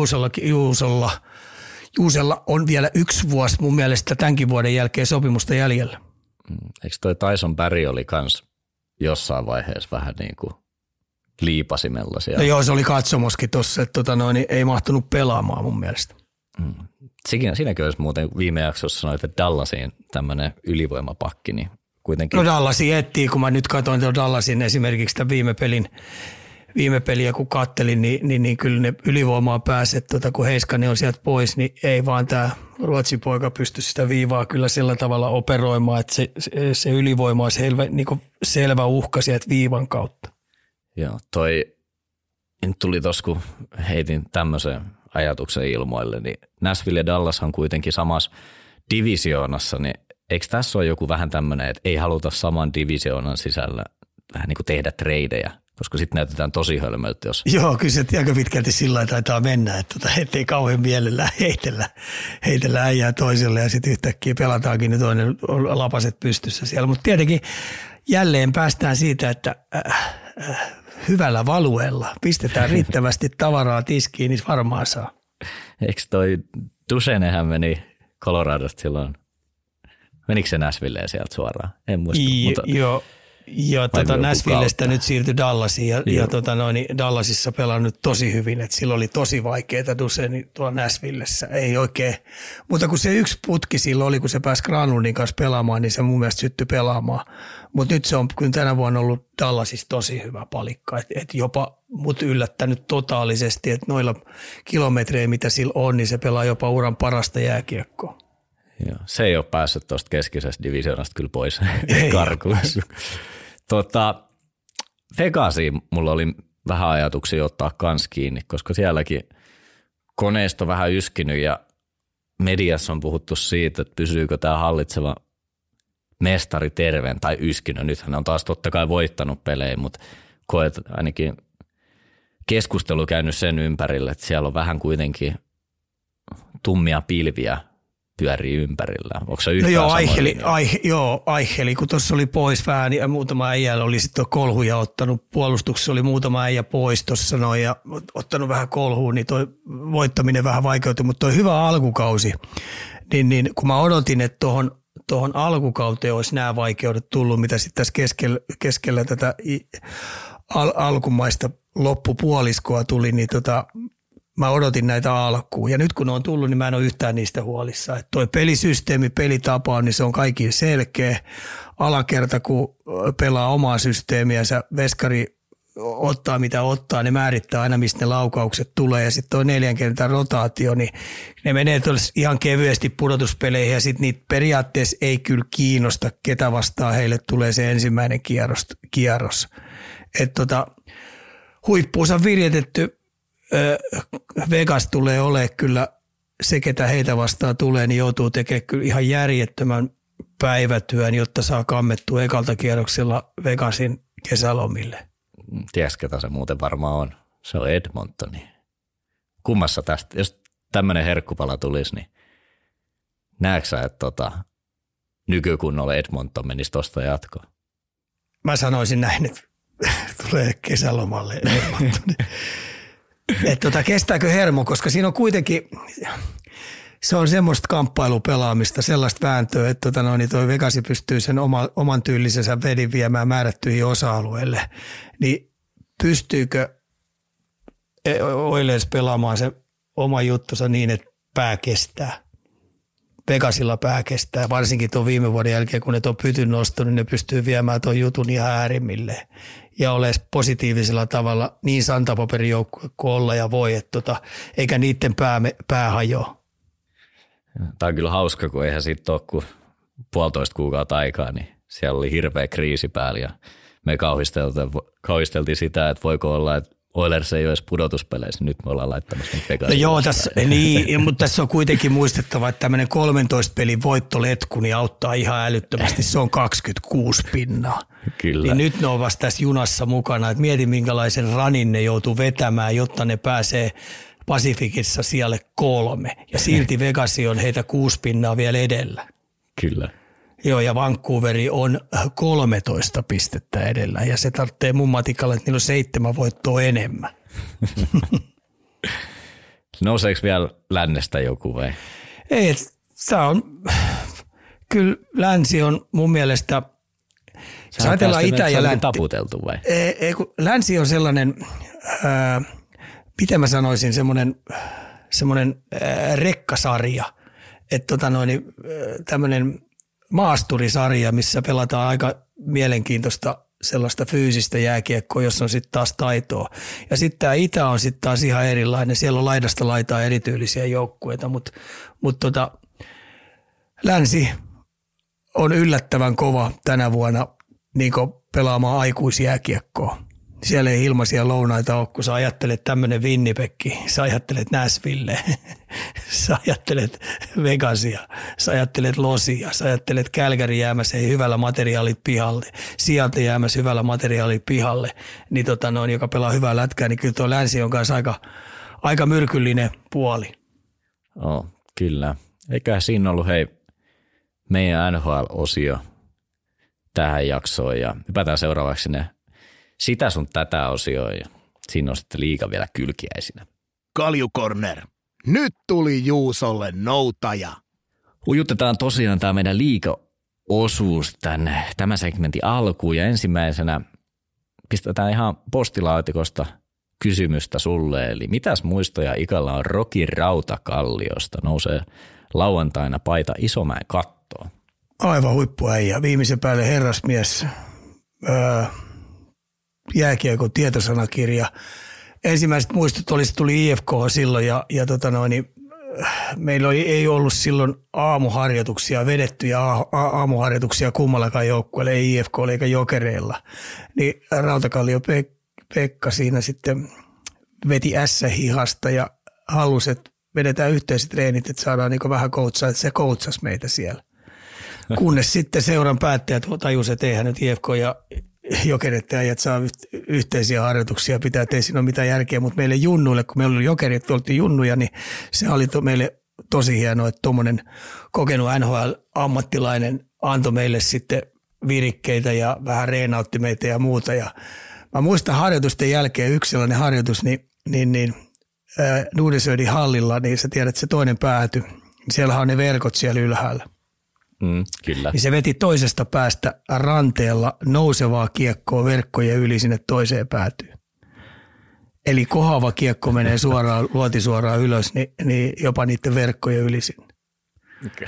Juusella on vielä 1 vuosi mun mielestä tämänkin vuoden jälkeen sopimusta jäljellä. Eikö toi Tyson Barrie oli kans jossain vaiheessa vähän niin kuin liipasimella siellä? No joo, se oli katsomoskin tuossa, että ei mahtunut pelaamaan mun mielestä. Siinäkin olisi muuten viime jaksossa sanoit, että Dallasiin tämmöinen ylivoimapakki, niin kuitenkin. No Dallasin etsii, kun mä nyt katsoin tuon Dallasin esimerkiksi tämän viime peliä kun kattelin, niin kyllä ne ylivoimaan pääsi, että kun Heiskanen on sieltä pois, niin ei vaan tämä Ruotsin poika pysty sitä viivaa kyllä sillä tavalla operoimaan, että se ylivoima on selvä uhka sieltä viivan kautta. Joo, nyt tuli tuossa, kun heitin tämmöisen ajatuksen ilmoille, niin Nashville ja Dallas on kuitenkin samassa divisioonassa, niin eikö tässä ole joku vähän tämmöinen, että ei haluta saman divisioonan sisällä vähän niin kuin tehdä treidejä, koska sitten näytetään tosi hölmöltä, jos. Joo, kyllä se aika pitkälti sillä lailla taitaa mennä, että ettei kauhean mielellään heitellä äijää toiselle ja sitten yhtäkkiä pelataankin ne toinen lapaset pystyssä siellä. Mutta tietenkin jälleen päästään siitä, että hyvällä valueella pistetään riittävästi tavaraa tiskiin, niin varmaan saa. Eikö toi Duchenehän meni Coloradosta silloin? Menikö se Nashvilleen sieltä suoraan? En muista. Joo, Nashvillestä nyt siirtyi Dallasiin ja Dallasissa pelannut tosi hyvin, että sillä oli tosi vaikeaa Duchene tuolla Nashvillessä. Ei oikein, mutta kun se yksi putki silloin oli, kun se pääsi Granlundin kanssa pelaamaan, niin se mun mielestä syttyi pelaamaan. Mutta nyt se on kyllä tänä vuonna ollut Dallasissa tosi hyvä palikka, että jopa mut yllättänyt totaalisesti, että noilla kilometreillä, mitä sillä on, niin se pelaa jopa uran parasta jääkiekkoa. Joo, se ei ole päässyt tuosta keskisestä divisioonasta kyllä pois karkuun. Vegasiin mulla oli vähän ajatuksia ottaa kans kiinni, koska sielläkin koneisto vähän yskinyt ja mediassa on puhuttu siitä, että pysyykö tämä hallitseva mestari terveen tai yskinyt. Nythän on taas totta kai voittanut pelejä, mutta koet ainakin keskustelu käynyt sen ympärille, että siellä on vähän kuitenkin tummia pilviä pyörii ympärillä. Onko se yhtään Aicheli, kun tuossa oli pois vähän ja muutama äijällä oli sitten kolhuja ottanut. Puolustuksessa oli muutama äijä pois tuossa noin ja ottanut vähän kolhuun, niin toi voittaminen vähän vaikeutui, mutta toi hyvä alkukausi. Niin kun mä odotin, että tuohon alkukauteen olisi nämä vaikeudet tullut, mitä sitten tässä keskellä tätä alkumaista loppupuoliskoa tuli, niin mä odotin näitä alkuun. Ja nyt kun ne on tullut, niin mä en ole yhtään niistä huolissaan. Että toi pelisysteemi, pelitapa, niin se on kaikille selkeä. Alakerta, kun pelaa omaa systeemiänsä, veskari ottaa mitä ottaa, ne määrittää aina, mistä ne laukaukset tulee. Ja sitten toi 4 kentän rotaatio, niin ne menee ihan kevyesti pudotuspeleihin. Ja sitten niitä periaatteessa ei kyllä kiinnosta, ketä vastaan heille tulee se ensimmäinen kierros. Että huippuunsa virjetetty Vegas tulee olemaan kyllä se, ketä heitä vastaan tulee, niin joutuu tekemään kyllä ihan järjettömän päivätyön, jotta saa kammettua ekalta kierroksella Vegasin kesälomille. Tiedätkö, ketä se muuten varmaan on? Se on Edmontoni. Kummassa tästä, jos tämmöinen herkkupala tulisi, niin näetkö sä, että nykykunnolla Edmonton menisi tuosta jatkoon? Mä sanoisin näin, että tulee kesälomalle kestääkö hermo, koska siinä on kuitenkin, se on semmoista kamppailupelaamista, sellaista vääntöä, että toi Vegasi pystyy sen oman tyylisensä vedin viemään määrättyihin osa-alueille. Niin pystyykö Oilers pelaamaan se oma juttunsa niin, että pää kestää? Vegasilla pää kestää, varsinkin tuon viime vuoden jälkeen, kun ne on pytyn nostanut, niin ne pystyy viemään tuon jutun ihan äärimmilleen. Ja ole positiivisella tavalla niin santapaperijoukkue kuin olla ja voi, että eikä niiden pää hajoa. Tämä on kyllä hauska, kun eihän siitä ole kuin 1,5 kuukautta aikaa, niin siellä oli hirveä kriisi päällä ja me kauhisteltiin sitä, että voiko olla, että Oilers ei ole edes pudotuspeleissä, nyt me ollaan laittamassa Vegasin. No joo, mutta tässä on kuitenkin muistettava, että tämmöinen 13 pelin voittoletku niin auttaa ihan älyttömästi, se on 26 pinnaa. Kyllä. Niin nyt ne on vasta tässä junassa mukana, että mieti minkälaisen ranin ne joutuu vetämään, jotta ne pääsee Pasifikissa siellä 3 ja silti Vegasi on heitä 6 pinnaa vielä edellä. Kyllä. Joo, ja Vancouveri on 13 pistettä edellä ja se tarvitsee mun matikalle, että niillä on 7 voittoa enemmän. Nouseeko vielä lännestä joku vai? Ei, tämä on, kyllä länsi on mun mielestä, jos ajatellaan itä ja länsi. Taputeltu vai? Ei, kun länsi on sellainen, miten mä sanoisin, semmoinen rekkasarja, että tämmöinen maasturisarja, missä pelataan aika mielenkiintoista sellaista fyysistä jääkiekkoa, jossa on sitten taas taitoa. Ja sitten tämä itä on sitten taas ihan erilainen. Siellä on laidasta laitaa erityylisiä joukkueita, mutta länsi on yllättävän kova tänä vuonna niin pelaamaan aikuisjääkiekkoa. Siellä ei ilmaisia lounaita ole, kun sä ajattelet tämmöinen Winnipeg, sä ajattelet Nashville, sä ajattelet Vegasia, sä ajattelet Losia, sä ajattelet Calgary jäämässä hyvällä materiaalit pihalle, Seattle jäämässä hyvällä materiaalit pihalle, niin joka pelaa hyvää lätkää, niin kyllä tuo länsi on kanssa aika myrkyllinen puoli. Oh, kyllä. Eikä siinä ollut meidän NHL-osio tähän jaksoon ja hypätään seuraavaksi ne sitä sun tätä osioa ja siinä on sitten liiga vielä kylkiäisinä. Kaljukorner. Nyt tuli Juusolle noutaja. Ujutetaan tosiaan tämä meidän liiga-osuus tämän segmentin alkuun ja ensimmäisenä pistetään ihan postilaatikosta kysymystä sulle. Eli mitäs muistoja Ikalla on Rokin Rautakalliosta? Nousee lauantaina paita Isomäen kattoon. Aivan huippuäijä. Viimeisen päälle herrasmies. Jääkiekon tietosanakirja. Ensimmäiset muistot tuli IFK silloin ja meillä ei ollut silloin aamuharjoituksia, vedettyjä aamuharjoituksia kummallakaan joukkueella, ei IFK eikä Jokereilla. Niin Rautakallio Pekka siinä sitten veti ässähihasta ja halusi, että vedetään yhteiset treenit, että saadaan niin vähän coachaa, että se coachasi meitä siellä. Kunnes sitten seuran päättäjät tajusivat, että eihän nyt IFK ja Jokerit ja äijät saa yhteisiä harjoituksia pitää, että ei siinä ole mitään järkeä, mutta meille junnuille, kun meillä oli Jokerit, me oltiin junnuja, niin se oli meille tosi hienoa, että tuommoinen kokenut NHL-ammattilainen antoi meille sitten virikkeitä ja vähän reenautti meitä ja muuta. Ja mä muistan harjoitusten jälkeen yksi sellainen harjoitus, niin Nuudesöödin hallilla, niin sä tiedät, että se toinen pääty, siellähän on ne verkot siellä ylhäällä. Kyllä. Niin se veti toisesta päästä ranteella nousevaa kiekkoa verkkojen yli sinne toiseen päätyyn. Eli kohava kiekko menee luotisuoraan ylös, niin jopa niiden verkkojen yli sinne. Okay.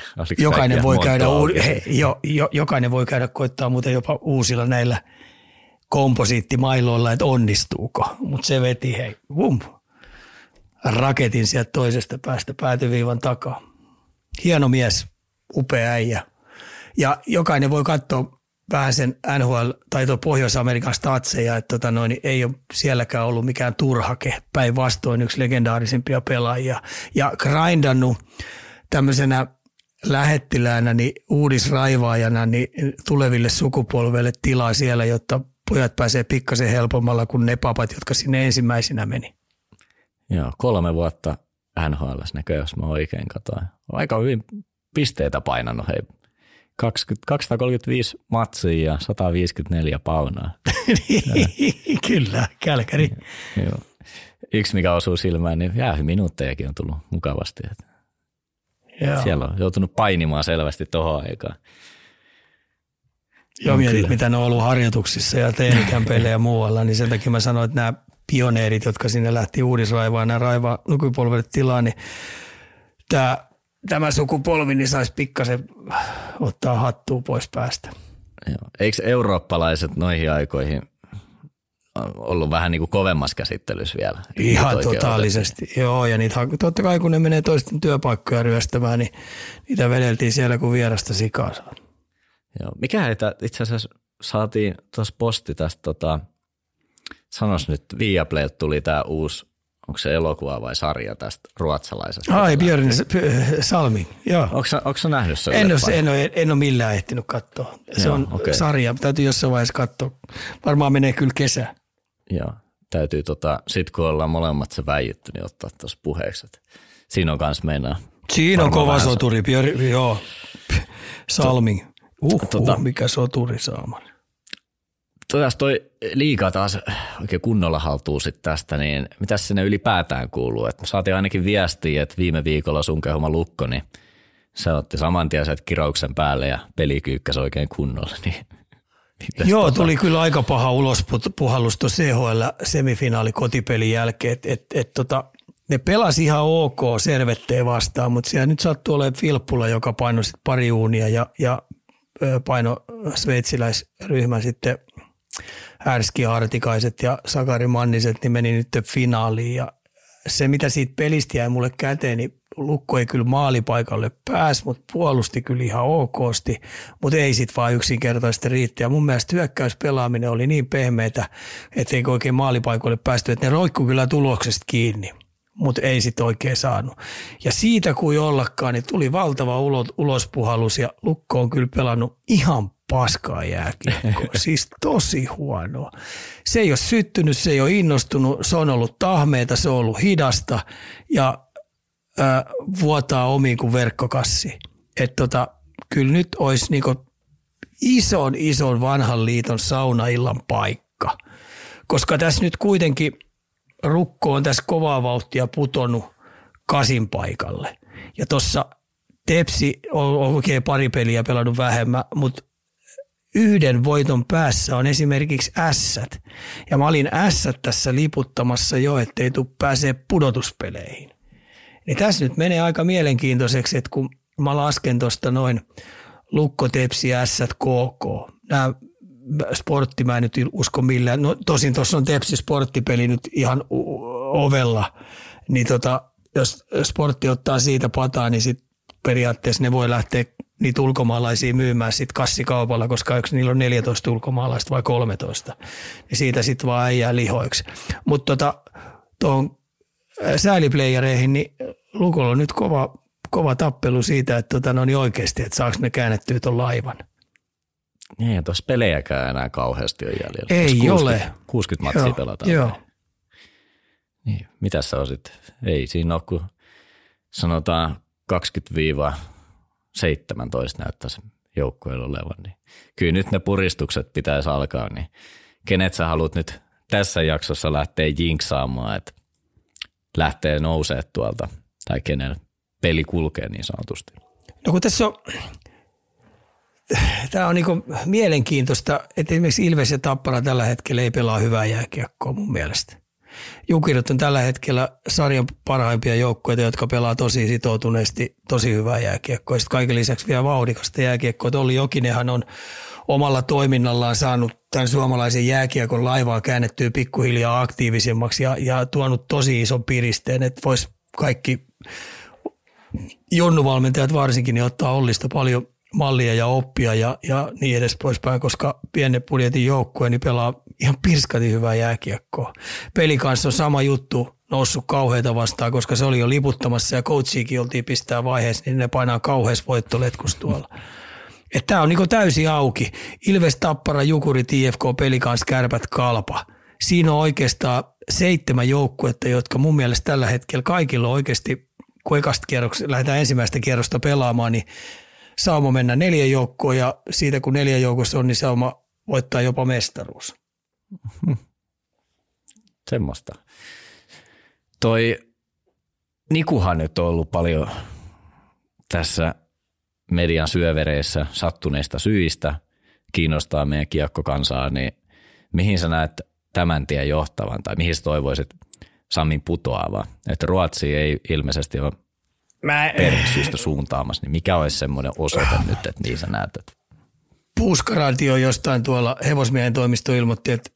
Jokainen voi käydä koittaa muuten jopa uusilla näillä komposiittimailoilla, että onnistuuko. Mutta se veti raketin sieltä toisesta päästä päätyviivan takaa. Hieno mies. Upea äijä. Ja jokainen voi katsoa vähän sen NHL tai tuo Pohjois-Amerikan statseja, että ei ole sielläkään ollut mikään turhake. Päinvastoin yksi legendaarisimpia pelaajia. Ja grindannut tämmöisenä lähettiläänä, niin uudisraivaajana niin tuleville sukupolvelle tilaa siellä, jotta pojat pääsee pikkasen helpommalla kuin ne papat, jotka sinne ensimmäisenä meni. Joo, 3 vuotta NHL:ssä näköjään, jos mä oikein katsoin. Aika hyvin pisteitä painanut 235 matsia ja 154 paunaa. Kyllä, Kälkäri. Joo. Yksi, mikä osuu silmään, niin jäähyminuuttejakin on tullut mukavasti. Siellä on joutunut painimaan selvästi tuohon aikaan. Joo, mietit, mitä ne on ollut harjoituksissa ja teinikämpeillä ja muualla, niin sen takia mä sanoin, että nämä pioneerit, jotka sinne lähti uudisraivaan, nämä raivaa nykupolvet tilaa, niin tämä sukupolvi niin saisi pikkasen ottaa hattua pois päästä. Joo. Eikö eurooppalaiset noihin aikoihin ollut vähän niin kuin kovemmassa käsittelyssä vielä? Ihan totaalisesti, joo, ja niitä totta kai kun ne menee toisten työpaikkoja ryöstämään, niin niitä vedeltiin siellä kuin vierasta sikaa saa. Joo. Mikä heitä itse asiassa saatiin tuossa posti tästä, sanos nyt, Viaplaylta tuli tämä uusi, onko se elokuva vai sarja tästä ruotsalaisesta? Ai, Björn Salmi, joo. Onko sä nähnyt sen? En ole millään ehtinyt katsoa. Se on sarja, täytyy jossain vaiheessa katsoa. Varmaan menee kyllä kesä. Joo, täytyy sit kun ollaan molemmat se väijytty, niin ottaa tuossa puheeksi. Siinä on kans meinaa. Siinä on kova soturi, joo. Salmi. Mikä soturi saaman. Toi liiga taas oikein kunnolla haltuu sit tästä, niin mitäs sinne ylipäätään kuuluu? Et saatiin ainakin viestiä, että viime viikolla sun kehoma Lukko, niin se otti saman tien kirouksen päälle ja peli kyykkäsi oikein kunnolla. Niin joo, tuli kyllä aika paha ulospuhallus tuossa CHL-semifinaali kotipelin jälkeen, ne pelasi ihan ok Servetteen vastaan, mutta siellä nyt sattuu olemaan Filppula, joka painoi sitten pari uunia ja paino sveitsiläisryhmän sitten Härski Hartikaiset ja Sakari Manniset, niin meni nyt finaaliin. Ja se, mitä siitä pelistä jäi mulle käteen, niin Lukko ei kyllä maalipaikalle pääsi, mutta puolusti kyllä ihan okosti, mutta ei sit vaan yksinkertaisesti riitti. Ja mun mielestä hyökkäyspelaaminen oli niin pehmeätä, ettei oikein maalipaikoille päästy, että ne roikkui kyllä tuloksesta kiinni, mutta ei sitten oikein saanut. Ja siitä kuin ollakaan, niin tuli valtava ulospuhallus ja Lukko on kyllä pelannut ihan paskaa jääkiekkoa, siis tosi huonoa. Se ei ole syttynyt, se ei ole innostunut, se on ollut tahmeita, se on ollut hidasta ja vuotaa omiin kuin verkkokassi. Että kyllä nyt olisi niinku ison vanhan liiton saunaillan paikka, koska tässä nyt kuitenkin Rukko on tässä kovaa vauhtia putonnut 8 paikalle. Ja tuossa Tepsi on oikein pari peliä pelannut vähemmän, mutta 1 voiton päässä on esimerkiksi Ässät. Ja mä olin Ässät tässä liputtamassa jo, ettei tule pääsee pudotuspeleihin. Niin tässä nyt menee aika mielenkiintoiseksi, että kun mä lasken tuosta noin Lukko, Tepsi, Ässät, KK. Nämä sportti mä en nyt usko millään. No tosin tuossa on Tepsi sporttipeli nyt ihan ovella. Niin jos sportti ottaa siitä pataa, niin sit periaatteessa ne voi lähteä niitä ulkomaalaisia myymään sitten kassikaupalla, koska niillä on 14 ulkomaalaista vai 13. Niin siitä sitten vaan ei jää lihoiksi. Mutta tuohon sääliplayereihin, niin Lukolla on nyt kova tappelu siitä, että niin oikeasti, että saako ne käännettyä tuon laivan. Niin, tuossa pelejäkään enää kauheasti on jäljellä. Ei 60, ole. 60 matsia pelataan. Joo. Niin, mitä sä osit? Ei siinä ole, kun sanotaan 20-17 näyttäisi joukkueella olevan. Niin kyllä nyt ne puristukset pitäisi alkaa, niin kenet sä haluat nyt tässä jaksossa lähteä jinksaamaan, että lähtee nousee tuolta, tai kenen peli kulkee niin sanotusti. No kun tässä on, tämä on niinku mielenkiintoista, että esimerkiksi Ilves ja Tappara tällä hetkellä ei pelaa hyvää jääkiekkoa mun mielestä. Jukirit on tällä hetkellä sarjan parhaimpia joukkueita, jotka pelaa tosi sitoutuneesti, tosi hyvää jääkiekkoa. Sitten kaiken lisäksi vielä vauhdikasta jääkiekkoa. Olli Jokinenhan on omalla toiminnallaan saanut tämän suomalaisen jääkiekon laivaa käännettyä pikkuhiljaa aktiivisemmaksi ja tuonut tosi ison piristeen, että vois kaikki junnuvalmentajat varsinkin niin ottaa Ollista paljon mallia ja oppia ja niin edes poispäin, koska pienen budjetin joukkue niin pelaa ihan pirskatin hyvää jääkiekkoa. Peli kanssa on sama juttu noussut kauheita vastaan, koska se oli jo liputtamassa ja coachiikin oltiin pistää vaiheessa, niin ne painaa kauheassa voittoletkussa tuolla. Tämä on niinku täysin auki. Ilves, Tappara, Jukurit, IFK, Pelikans, Kärpät, Kalpa. Siinä on oikeastaan 7 joukkuetta, jotka mun mielestä tällä hetkellä kaikilla on oikeasti, kun ekasta kierroksesta lähdetään ensimmäistä kierrosta pelaamaan, niin sauma mennä 4 joukkoon ja siitä kun 4 joukossa on, niin sauma voittaa jopa mestaruus. Semmoista. Toi Nikuhan nyt on ollut paljon tässä median syövereissä sattuneista syistä, kiinnostaa meidän kiekkokansaa, niin mihin sä näet tämän tien johtavan tai mihin sä toivoisit Samin putoava? Että Ruotsi ei ilmeisesti ole perhesyistä suuntaamassa, niin mikä olisi semmoinen osoite nyt, että niin sä näet? Että Puuskaralti on jostain tuolla hevosmiehen toimisto ilmoitti, että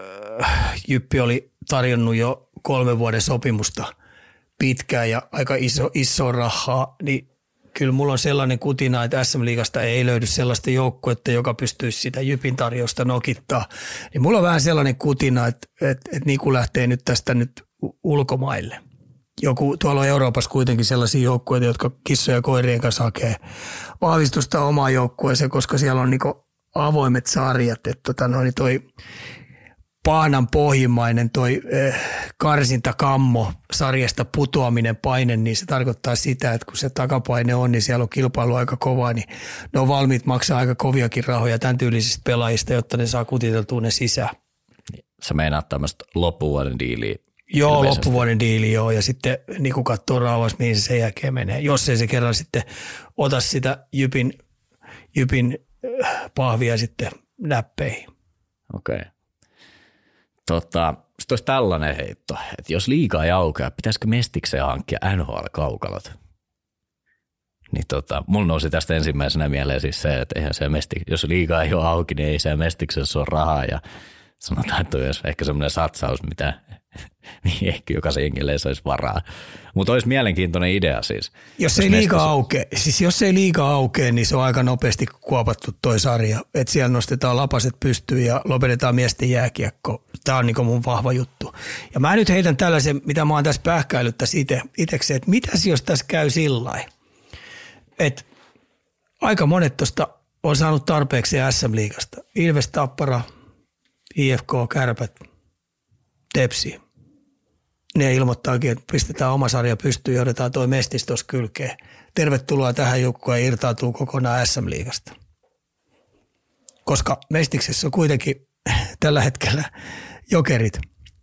Jyppi oli tarjonnut jo 3 vuoden sopimusta pitkään ja aika iso rahaa, niin kyllä mulla on sellainen kutina, että SM-liigasta ei löydy sellaista joukkuetta, joka pystyisi sitä Jypin tarjousta nokittaa. Niin mulla on vähän sellainen kutina, että Niku lähtee nyt tästä nyt ulkomaille. Tuolla on Euroopassa kuitenkin sellaisia joukkueita, jotka kissoja ja koirien kanssa hakee vahvistusta omaan joukkueeseen, koska siellä on niinku avoimet sarjat. Että toi paanan pohjimmainen toi karsintakammo sarjasta putoaminen paine, niin se tarkoittaa sitä, että kun se takapaine on, niin siellä on kilpailu aika kovaa, niin ne on valmiit maksaa aika koviakin rahoja tämän tyylisistä pelaajista, jotta ne saa kutiteltua ne sisään. sä meinaat tämmöistä loppuvuoden diiliä? Joo, ilmeisesti. loppuvuoden diili joo, ja sitten Niku katsoo rauhassa, mihin se sen jälkeen menee. Jos ei se kerran sitten ota sitä Jypin pahvia sitten näppeihin. Okei. Sitten olisi tällainen heitto, että jos liigaa ei aukea, pitäisikö Mestikseen hankkia NHL-kaukalot? Niin mulla nousi tästä ensimmäisenä mieleen siis se, että eihän se jos liigaa ei ole auki, niin ei se Mestiksessä ole rahaa ja sanotaan, että olisi ehkä semmoinen satsaus, mitä niin ehkä jokaisen jengille ei saisi varaa. Mutta olisi mielenkiintoinen idea siis. Jos ei liigaa aukea, niin se on aika nopeasti kuopattu toi sarja. Että siellä nostetaan lapaset pystyyn ja lopetetaan miesten jääkiekko. Tämä on niin mun vahva juttu. Ja mä nyt heitän tällaisen, mitä mä oon tässä pähkäillyt tässä itsekseen, että mitäs jos tässä käy sillain? Että aika monet tuosta on saanut tarpeeksi SM-liigasta. Ilves, Tappara, IFK, Kärpät, Tepsi. Ne ilmoittaakin, että pistetään oma sarja pystyyn ja otetaan toi Mestis tuossa kylkeen. Tervetuloa tähän joukkueen ja irtautuu kokonaan SM-liigasta. Koska Mestiksessä on kuitenkin tällä hetkellä Jokerit.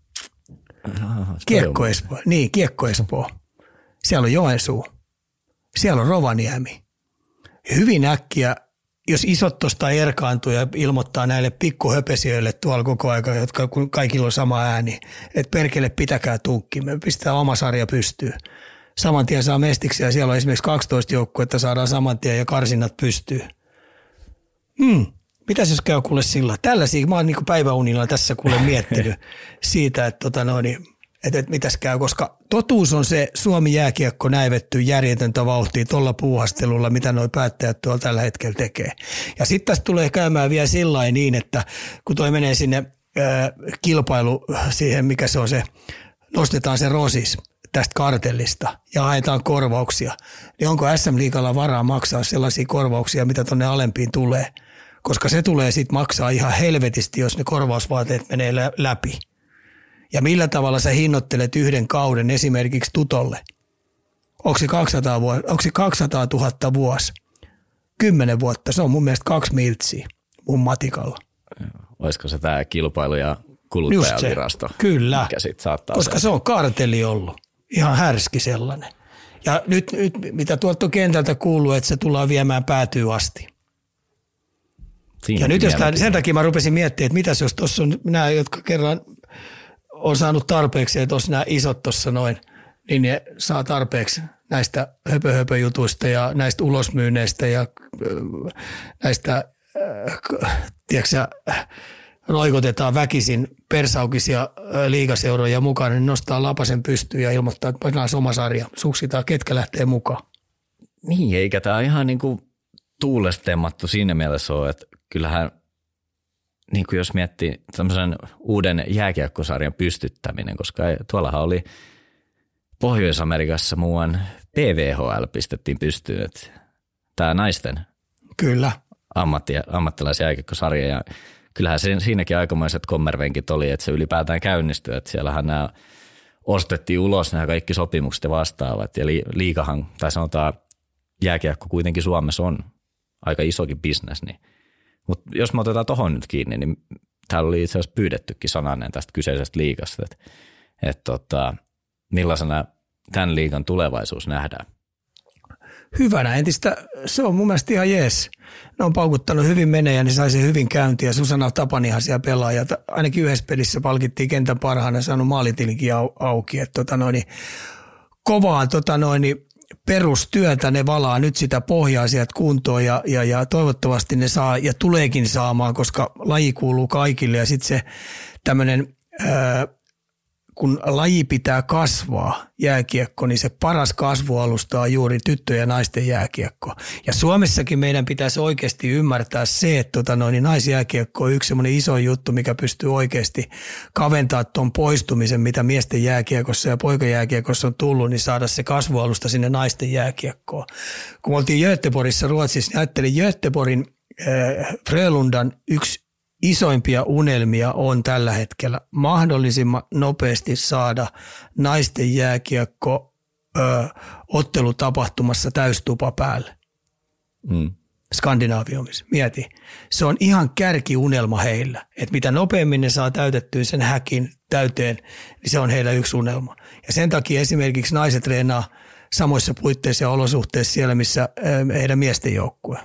Kiekko Espoo. Niin, Kiekko Espoo. Siellä on Joensuu. Siellä on Rovaniemi. Hyvin äkkiä, jos isot tuosta erkaantuu ja ilmoittaa näille pikkuhöpesijöille tuolla koko ajan, jotka kaikilla on sama ääni, että perkele pitäkää tunkki, me pistetään oma sarja pystyyn. Saman tien saa Mestiksiä, siellä on esimerkiksi 12 joukkuetta, saadaan saman tien ja karsinnat pystyyn. Mitäs jos käy kuule sillä? Tällaisia, mä oon niin päiväunilla tässä kuule miettinyt siitä, että mitäs käy, koska totuus on se Suomi jääkiekko näivettyy järjetöntä vauhtia tuolla puuhastelulla, mitä nuo päättäjät tuolla tällä hetkellä tekee. Ja sitten tästä tulee käymään vielä sillä niin, että kun toi menee sinne kilpailu siihen, mikä se on se, nostetaan se rosis tästä kartellista ja haetaan korvauksia, niin onko SM-liigalla varaa maksaa sellaisia korvauksia, mitä tuonne alempiin tulee? Koska se tulee sitten maksaa ihan helvetisti, jos ne korvausvaateet menee läpi. Ja millä tavalla sä hinnoittelet yhden kauden esimerkiksi Tutolle? Onko se 200 000 vuosi? 10 vuotta, se on mun mielestä 2 miltsiä mun matikalla. Olisiko se tämä kilpailu- ja kuluttajavirasto? Kyllä, mikä sit saattaa koska se on kartelli ollut. Ihan härski sellainen. Ja nyt mitä tuolta kentältä kuuluu, että se tullaan viemään päätyy asti. Ja nyt sen takia mä rupesin miettimään, että mitäs jos tuossa on nämä, jotka kerran on saanut tarpeeksi, että jos nämä isot tuossa noin, niin ne saa tarpeeksi näistä höpö-höpö-jutuista ja näistä ulosmyynneistä ja näistä, tiedätkö, roikotetaan väkisin persaukisia liigaseuroja mukaan, niin nostaa lapasen pystyyn ja ilmoittaa, että pannaan oma sarja, suksitaan, ketkä lähtee mukaan. Niin, eikä tämä ihan niin kuin tuulesta temmattu siinä mielessä ole, että kyllähän niin kuin jos miettii tämmöisen uuden jääkiekkosarjan pystyttäminen, koska tuollahan oli Pohjois-Amerikassa muuan PVHL pistettiin pystyyn, että tämä naisten Kyllä. ammattilaisjääkiekkosarja ja kyllähän siinäkin aikamoiset kommervenkit oli, että se ylipäätään käynnistyi, että siellähän nämä ostettiin ulos nämä kaikki sopimukset ja vastaavat ja liigahan, tai sanotaan jääkiekko kuitenkin Suomessa on aika isokin bisnes. Niin. Mutta jos me otetaan tohon nyt kiinni, niin täällä oli itse asiassa pyydettykin sananen tästä kyseisestä liigasta, että millaisena tämän liigan tulevaisuus nähdään. Hyvänä entistä, se on mun mielestä ihan jees. Ne on paukuttanut hyvin menejä, niin sai se hyvin käyntiä. Susanna Tapanihan siellä pelaa ja ainakin yhdessä pelissä palkittiin kentän parhaana ja saanut maalitilikin auki. Että kovaa perustyötä ne valaa nyt sitä pohjaa sieltä kuntoon ja toivottavasti ne saa ja tuleekin saamaan, koska laji kuuluu kaikille ja sitten se tämmöinen kun laji pitää kasvaa, jääkiekko, niin se paras kasvualusta on juuri tyttöjen ja naisten jääkiekko. Ja Suomessakin meidän pitäisi oikeasti ymmärtää se, että naisjääkiekko on yksi semmoinen iso juttu, mikä pystyy oikeasti kaventamaan tuon poistumisen, mitä miesten jääkiekossa ja poikajääkiekossa on tullut, niin saada se kasvualusta sinne naisten jääkiekkoon. Kun me oltiin Göteborgissa Ruotsissa, niin ajattelin Göteborgin Frölundan yksi isoimpia unelmia on tällä hetkellä mahdollisimman nopeasti saada naisten jääkiekko ottelutapahtumassa täystupa päälle. Skandinaaviumissa. Mieti. Se on ihan kärkiunelma heillä. Että mitä nopeammin ne saa täytettyä sen häkin täyteen, niin se on heillä yksi unelma. Ja sen takia esimerkiksi naiset treenaa samoissa puitteissa ja olosuhteissa siellä, missä heidän miesten joukkue.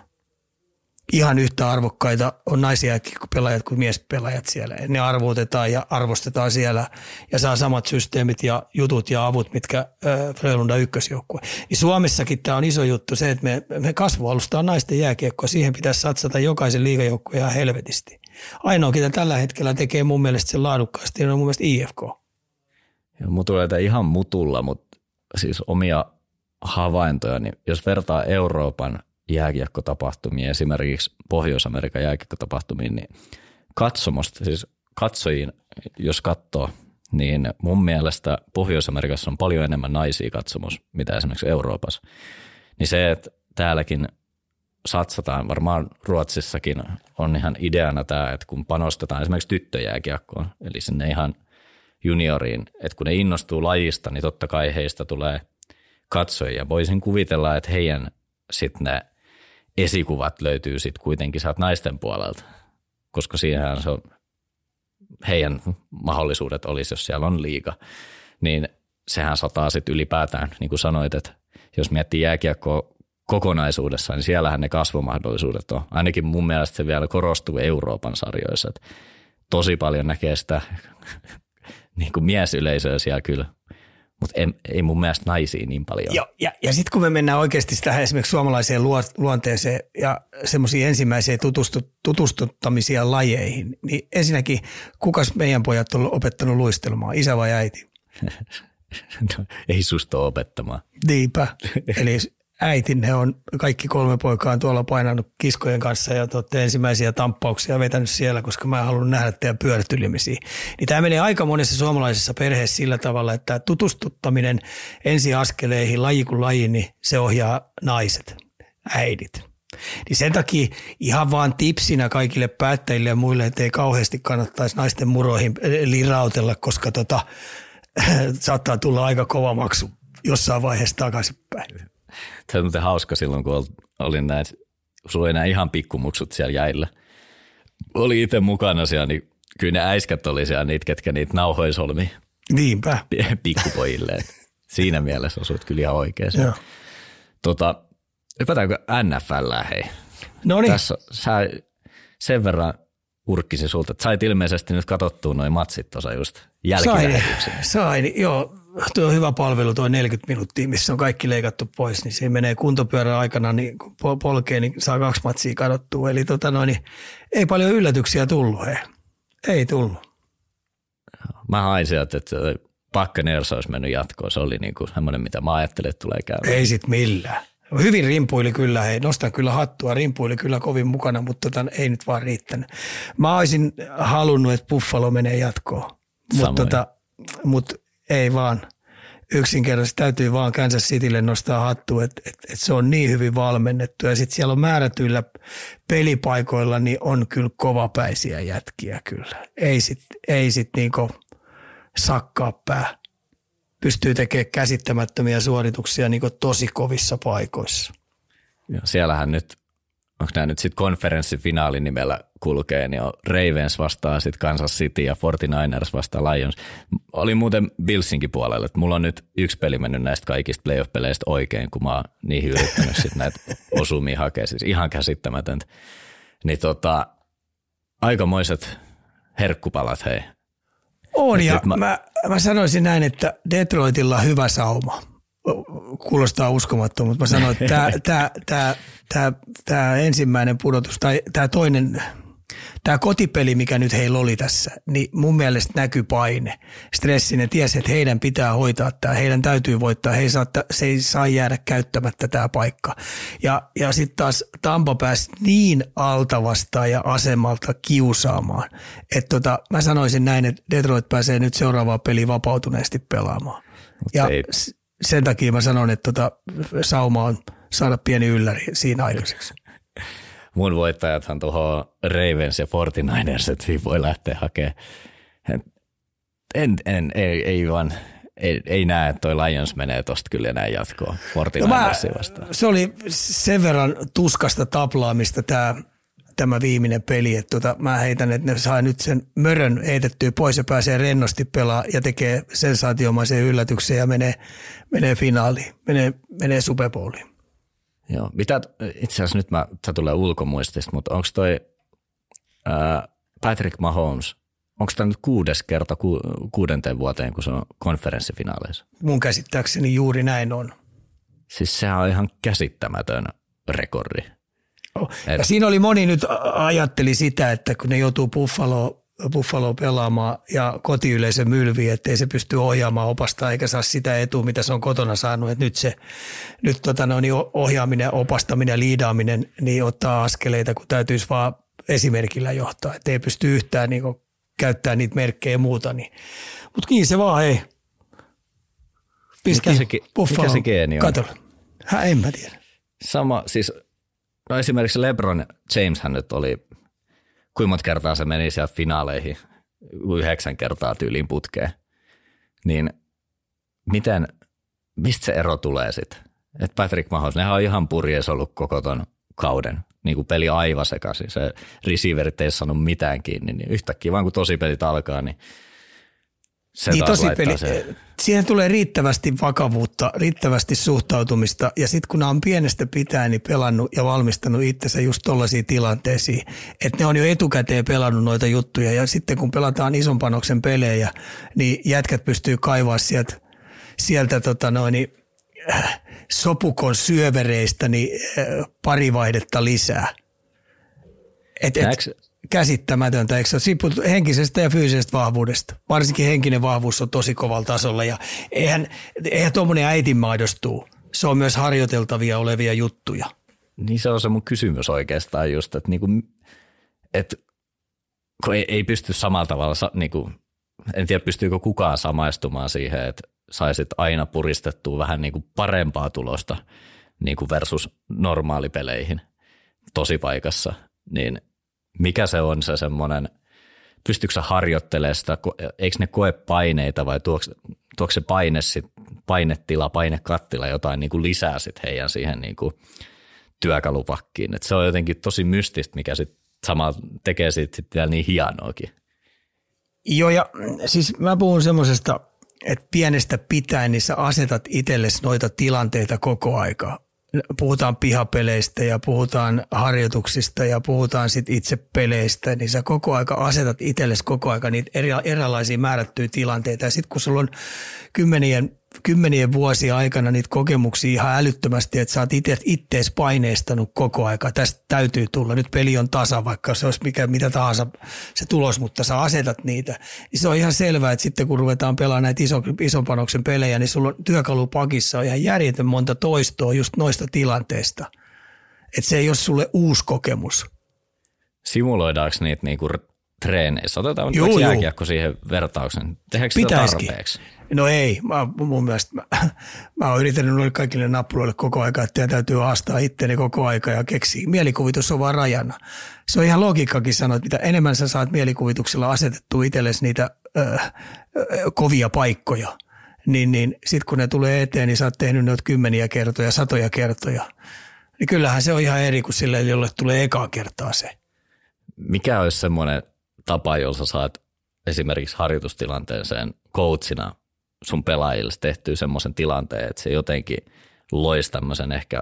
Ihan yhtä arvokkaita on naisjääkiekko-pelaajat kuin miespelaajat siellä. Ne arvotetaan ja arvostetaan siellä ja saa samat systeemit ja jutut ja avut, mitkä Frölunda ykkösjoukkue. Niin Suomessakin tämä on iso juttu se, että me kasvualustaa naisten jääkiekkoa. Siihen pitäisi satsata jokaisen liigajoukkueen ihan helvetisti. Ainoa, ketä tällä hetkellä tekee mun mielestä sen laadukkaasti, on mun mielestä IFK. Mun tulee ihan mutulla, mutta siis omia havaintoja, niin jos vertaa Euroopan jääkiekkotapahtumiin, esimerkiksi Pohjois-Amerikan jääkiekkotapahtumiin, niin katsomosta, siis katsojiin, jos katsoo, niin mun mielestä Pohjois-Amerikassa on paljon enemmän naisia katsomassa, mitä esimerkiksi Euroopassa. Niin se, että täälläkin satsataan, varmaan Ruotsissakin on ihan ideana tämä, että kun panostetaan esimerkiksi tyttöjääkiekkoon, eli sinne ihan junioriin, että kun ne innostuu lajista, niin totta kai heistä tulee katsojia. Voisin kuvitella, että heidän sitten ne esikuvat löytyy sitten kuitenkin sieltä naisten puolelta, koska siinähän se on, heidän mahdollisuudet olisi, jos siellä on liiga, niin sehän sataa sitten ylipäätään, niin kuin sanoit, että jos miettii jääkiekkoa kokonaisuudessaan, niin siellähän ne kasvumahdollisuudet on. Ainakin mun mielestä se vielä korostuu Euroopan sarjoissa, että tosi paljon näkee sitä niin kuin miesyleisöä siellä kyllä. Mutta ei mun mielestä naisia niin paljon. Ja sitten kun me mennään oikeasti tähän esimerkiksi suomalaiseen luonteeseen ja semmoisiin ensimmäiseen tutustuttamisia lajeihin, niin ensinnäkin kukas meidän pojat on opettanut luistelmaan, isä vai äiti? No, ei susta ole opettamaan. Niinpä. Eli äitinne on kaikki 3 poikaa on tuolla painanut kiskojen kanssa ja te olette ensimmäisiä tamppauksia vetänyt siellä, koska mä en halunnut nähdä teidän pyörätylimisiä. Niin tämä menee aika monessa suomalaisessa perheessä sillä tavalla, että tutustuttaminen ensiaskeleihin laji kuin laji, niin se ohjaa naiset, äidit. Niin sen takia ihan vaan tipsinä kaikille päättäjille ja muille, että ei kauheasti kannattaisi naisten muroihin lirautella, koska saattaa tulla aika kova maksu jossain vaiheessa takaisinpäin. Se on muuten hauska silloin, kun olin näin, sulla oli nämä ihan pikkumuksut siellä jäillä. Oli itse mukana siellä, niin kyllä ne äiskät oli siellä niitä, ketkä niitä nauhoja solmi. Niinpä. Pikkupojille. Siinä mielessä osuit kyllä ihan oikein. Hypätäänkö NFL:ään, hei? Noniin. Tässä sä sen verran urkkisin sulta, että sait ilmeisesti nyt katsottua noi matsit tuossa just jälkilähetyksenä. Sain, joo. Tuo on hyvä palvelu, tuo 40 minuuttia, missä on kaikki leikattu pois, niin se menee kuntopyörän aikana, niin kun polkee, niin saa 2 matsia katsottua. Eli niin ei paljon yllätyksiä tullut, hei. Ei tullut. Mä hain sieltä, että Buccaneers olisi mennyt jatkoon. Se oli niin kuin semmoinen, mitä mä ajattelin, että tulee käydä. Ei sit millään. Hyvin rimpuili kyllä, hei. Nostan kyllä hattua, rimpuili kyllä kovin mukana, mutta ei nyt vaan riittänyt. Mä olisin halunnut, että Buffalo menee jatkoon, mutta ei vaan. Yksinkertaisesti täytyy vaan Kansas Citylle nostaa hattua, että se on niin hyvin valmennettu. Ja sitten siellä on määrätyillä pelipaikoilla, niin on kyllä kovapäisiä jätkiä kyllä. Ei sit niinku sakkaa pää. Pystyy tekemään käsittämättömiä suorituksia niinku tosi kovissa paikoissa. Ja siellähän nyt onko nämä nyt sitten konferenssifinaalin nimellä kulkee, niin on Ravens vastaa sitten Kansas City ja 49ers vastaa Lions. Oli muuten Billsinkin puolella, että mulla on nyt yksi peli mennyt näistä kaikista playoff-peleistä oikein, kun mä oon niihin yrittänyt sitten näitä osumia hakea, siis ihan käsittämätöntä. Niin aikamoiset herkkupalat, hei. On, ja mä sanoisin näin, että Detroitilla on hyvä sauma. Kuulostaa uskomattomalta, mutta mä sanoin, että tämä ensimmäinen pudotus tai tämä kotipeli, mikä nyt heillä oli tässä, niin mun mielestä näkyy paine, stressi. Ne tiesi, että heidän pitää hoitaa tämä, heidän täytyy voittaa, se ei saa jäädä käyttämättä tämä paikka. Ja sitten taas Tampa pääsi niin altavasta ja asemalta kiusaamaan, että mä sanoisin näin, että Detroit pääsee nyt seuraavaa peliä vapautuneesti pelaamaan. Ja sen takia mä sanon, että sauma on saada pieni ylläri siinä aikaiseksi. Mun voittajathan tuohon Ravens ja 49ers, että siinä voi lähteä hakemaan. Ei näe, että toi Lions menee tosta kyllä enää jatkoon 49ersia vastaan. Se oli sen verran tuskasta taplaamista tämä viimeinen peli, että mä heitän, että ne saa nyt sen mörön heitettyä pois ja pääsee rennosti pelaa ja tekee sensaatiomaisen yllätyksen ja menee finaaliin, menee Super Bowliin. Joo, itse asiassa nyt tämä tulee ulkomuistista, mutta onko toi Patrick Mahomes, onko tämä nyt 6. kerta 6. vuoteen, kun se on konferenssifinaaleissa? Mun käsittääkseni juuri näin on. Siis sehän on ihan käsittämätön rekordi. Ja siinä oli moni nyt ajatteli sitä, että kun ne joutuu Buffalo pelaamaan ja kotiyleisö mylvii, ettei se pysty ohjaamaan opastaa eikä saa sitä etua, mitä se on kotona saanut. Että nyt ohjaaminen, opastaminen ja liidaaminen niin ottaa askeleita, kun täytyisi vaan esimerkillä johtaa. Että ei pysty yhtään niin käyttämään niitä merkkejä ja muuta. Niin. Mutta niin se vaan ei. Mikä se geeni on? Katolla. En mä tiedä. Sama, siis no esimerkiksi LeBron James hän nyt oli, kuinka monta kertaa se meni sieltä finaaleihin, 9 kertaa tyyliin putkeen, niin mistä se ero tulee sitten? Että Patrick Mahomes, nehän on ihan purjeessa ollut koko ton kauden, niin kuin peli aivan sekaisin, se receiverit ei saanut mitään kiinni, niin yhtäkkiä vaan kun tosipelit alkaa, niin se niin taas laittaa siihen tulee riittävästi vakavuutta, riittävästi suhtautumista ja sitten kun nämä on pienestä pitäen niin pelannut ja valmistanut itsensä just tollaisiin tilanteisiin, että ne on jo etukäteen pelannut noita juttuja ja sitten kun pelataan ison panoksen pelejä, niin jätkät pystyy kaivaa sieltä sopukon syövereistä niin pari vaihdetta lisää. Käsittämätöntä, eikö se ole henkisestä ja fyysisestä vahvuudesta? Varsinkin henkinen vahvuus on tosi kovalla tasolla ja eihän tuommoinen äitinmaidostuu. Se on myös harjoiteltavia olevia juttuja. Niin se on se mun kysymys oikeastaan just, että, kun ei pysty samalla tavalla, en tiedä pystyykö kukaan samaistumaan siihen, että saisit aina puristettua vähän parempaa tulosta versus normaalipeleihin tosipaikassa, niin mikä se on se semmoinen, pystyykö sä harjoittelemaan sitä, eikö ne koe paineita vai tuoko se painetila, painekattila jotain lisää sit heidän siihen työkalupakkiin. Et se on jotenkin tosi mystistä, mikä sitten samalla tekee siitä sit vielä niin hienoakin. Joo ja siis mä puhun semmoisesta, että pienestä pitäen niin sä asetat itsellesi noita tilanteita koko aikaa. Puhutaan pihapeleistä ja puhutaan harjoituksista ja puhutaan sit itse peleistä, niin sä koko aika asetat itsellesi koko aika niitä erilaisia määrättyjä tilanteita. Ja sitten kun sulla on kymmenien vuosien aikana niitä kokemuksia ihan älyttömästi, että sä oot ittees paineistanut koko aika, tästä täytyy tulla. Nyt peli on tasa, vaikka se olisi mitä tahansa se tulos, mutta sä asetat niitä. Niin se on ihan selvää, että sitten kun ruvetaan pelaamaan näitä ison panoksen pelejä, niin sulla on työkalupakissa on ihan järjetön monta toistoa just noista tilanteista. Että se ei ole sulle uusi kokemus. Simuloidaanko niitä treeneissä? Otetaan nyt vaikka jääkiekko siihen vertauksen. Tehdäänkö sitä tarpeeksi? No ei. Mun mielestä mä oon yrittänyt noille kaikille nappuloille koko aika, että täytyy haastaa itteeni koko aika ja keksiä. Mielikuvitus on vaan rajana. Se on ihan logiikkakin sanoa, että mitä enemmän sä saat mielikuvituksella asetettua itsellesi niitä kovia paikkoja, niin sit kun ne tulee eteen, niin sä oot tehnyt ne kymmeniä kertoja, satoja kertoja, niin kyllähän se on ihan eri kuin sille, jolle tulee ekaa kertaa se. Mikä olisi semmoinen tapa, jolla sä saat esimerkiksi harjoitustilanteeseen coachina sun pelaajille tehtyä semmoisen tilanteen, että se jotenkin loisi tämmöisen ehkä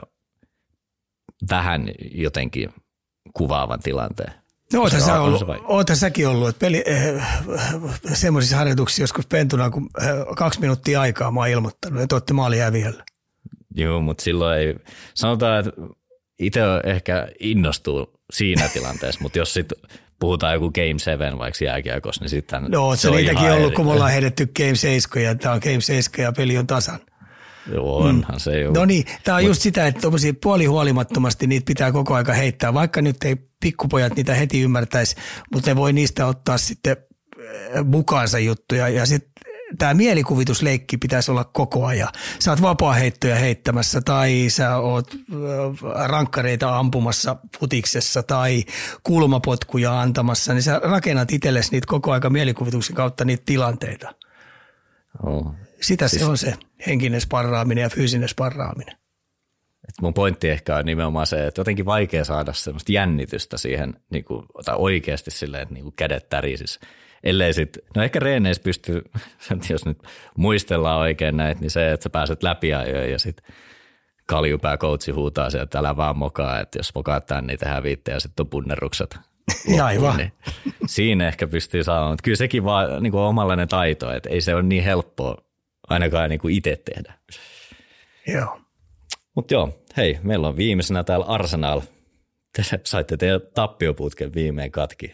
vähän jotenkin kuvaavan tilanteen? No oothan säkin ollut, että semmoisissa harjoituksissa joskus pentuna, kun 2 minuuttia aikaa mä oon ilmoittanut, että ootte maali häviöllä. Joo, mutta silloin ei, sanotaan, että itse ehkä innostuu siinä tilanteessa, mutta jos sitten puhutaan joku Game 7 vaikka jääkiekossa, niin sitten no, se on niitäkin ollut, kun me ollaan heitetty Game 7 ja tämä on Game 7 ja peli on tasan. Joo, onhan se jo. No niin, tämä on just sitä, että tuommoisia puolihuolimattomasti niitä pitää koko aika heittää, vaikka nyt ei pikkupojat niitä heti ymmärtäisi, mutta ne voi niistä ottaa sitten mukaansa juttuja ja sitten tämä mielikuvitusleikki pitäisi olla koko ajan. Sä oot vapaaheittoja heittämässä tai sä oot rankkareita ampumassa futiksessa tai kulmapotkuja antamassa, niin sä rakennat itsellesi niitä koko ajan mielikuvituksen kautta niitä tilanteita. Oh. Sitä se on se henkinen sparraaminen ja fyysinen sparraaminen. Et mun pointti ehkä on nimenomaan se, että jotenkin vaikea saada semmoista jännitystä siihen, niin kuin, tai oikeasti silleen, että niin kuin kädet tärisis. Ellei sitten, no ehkä reeneissä pystyy, jos nyt muistellaan oikein näitä, niin se, että sä pääset läpi ajoin ja sitten kaljupää coachi huutaa sieltä, että älä vaan mokaa, että jos mokaat tämän, niin tehdään viitte ja sitten on punnerrukset. Aivan. Niin siinä ehkä pystyy saamaan, mutta kyllä sekin vaan niin kuin omanlainen taito, että ei se ole niin helppoa ainakaan niin kuin itse tehdä. Joo. Mutta joo, hei, meillä on viimeisenä täällä Arsenal. Te saitte teidän tappioputken viimein katki.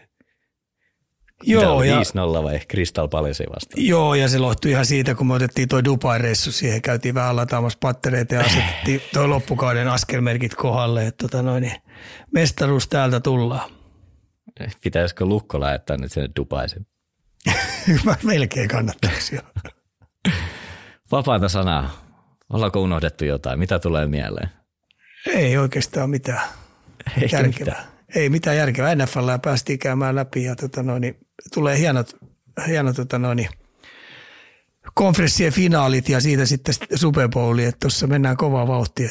Joo, ja 5-0 vai Crystal Palacea vastaan? Joo, ja se lohtui ihan siitä, kun me otettiin toi Dubai-reissu siihen, käytiin vähän lataamassa pattereita ja asetettiin toi loppukauden askelmerkit kohdalle, että mestaruus täältä tullaan. Pitäisikö Lukko lähettää nyt sinne Dubaisiin? Melkein kannattaisi jo. Vapaata sanaa. Ollaanko unohdettu jotain? Mitä tulee mieleen? Ei oikeastaan mitään järkevää. Ei mitään järkevää. NFL:ää päästiin käymään läpi ja tulee hienot konferenssien finaalit ja siitä sitten Super Bowli, että tuossa mennään kovaa vauhtia.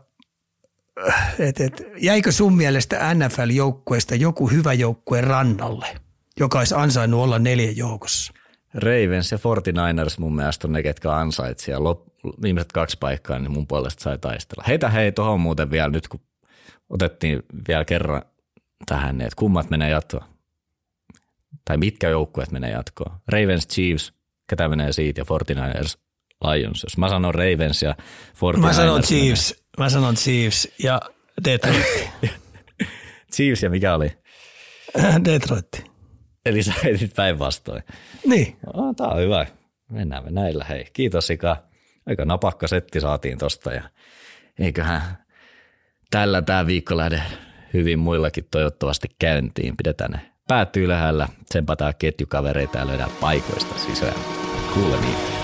Jäikö sun mielestä NFL-joukkueesta joku hyvä joukkue rannalle, joka olisi ansainnut olla 4 joukossa? Ravens ja 49ers mun mielestä on ne, ketkä ansaitsivat ja viimeiset 2 paikkaa, niin mun puolesta sai taistella. Hei tuohon muuten vielä nyt, kun otettiin vielä kerran tähän, että kummat menee jatkoon. Tai mitkä joukkueet menee jatkoon. Ravens, Chiefs, ketä menee siitä ja 49ers, Lions. Jos mä sanon Ravens ja 49ers. Mä sanon Chiefs ja Detroit. Chiefs ja mikä oli? Detroit. Eli sä heitit päinvastoin. Niin. No, tää on hyvä. Mennään me näillä. Hei, kiitos Ika. Aika napakka setti saatiin tosta ja eiköhän tällä tää viikko lähde hyvin muillakin toivottavasti käyntiin. Pidetään ne päätyy lähellä, tsempataan ketjukavereita ja löydään paikoista sisään. Kuulemiin.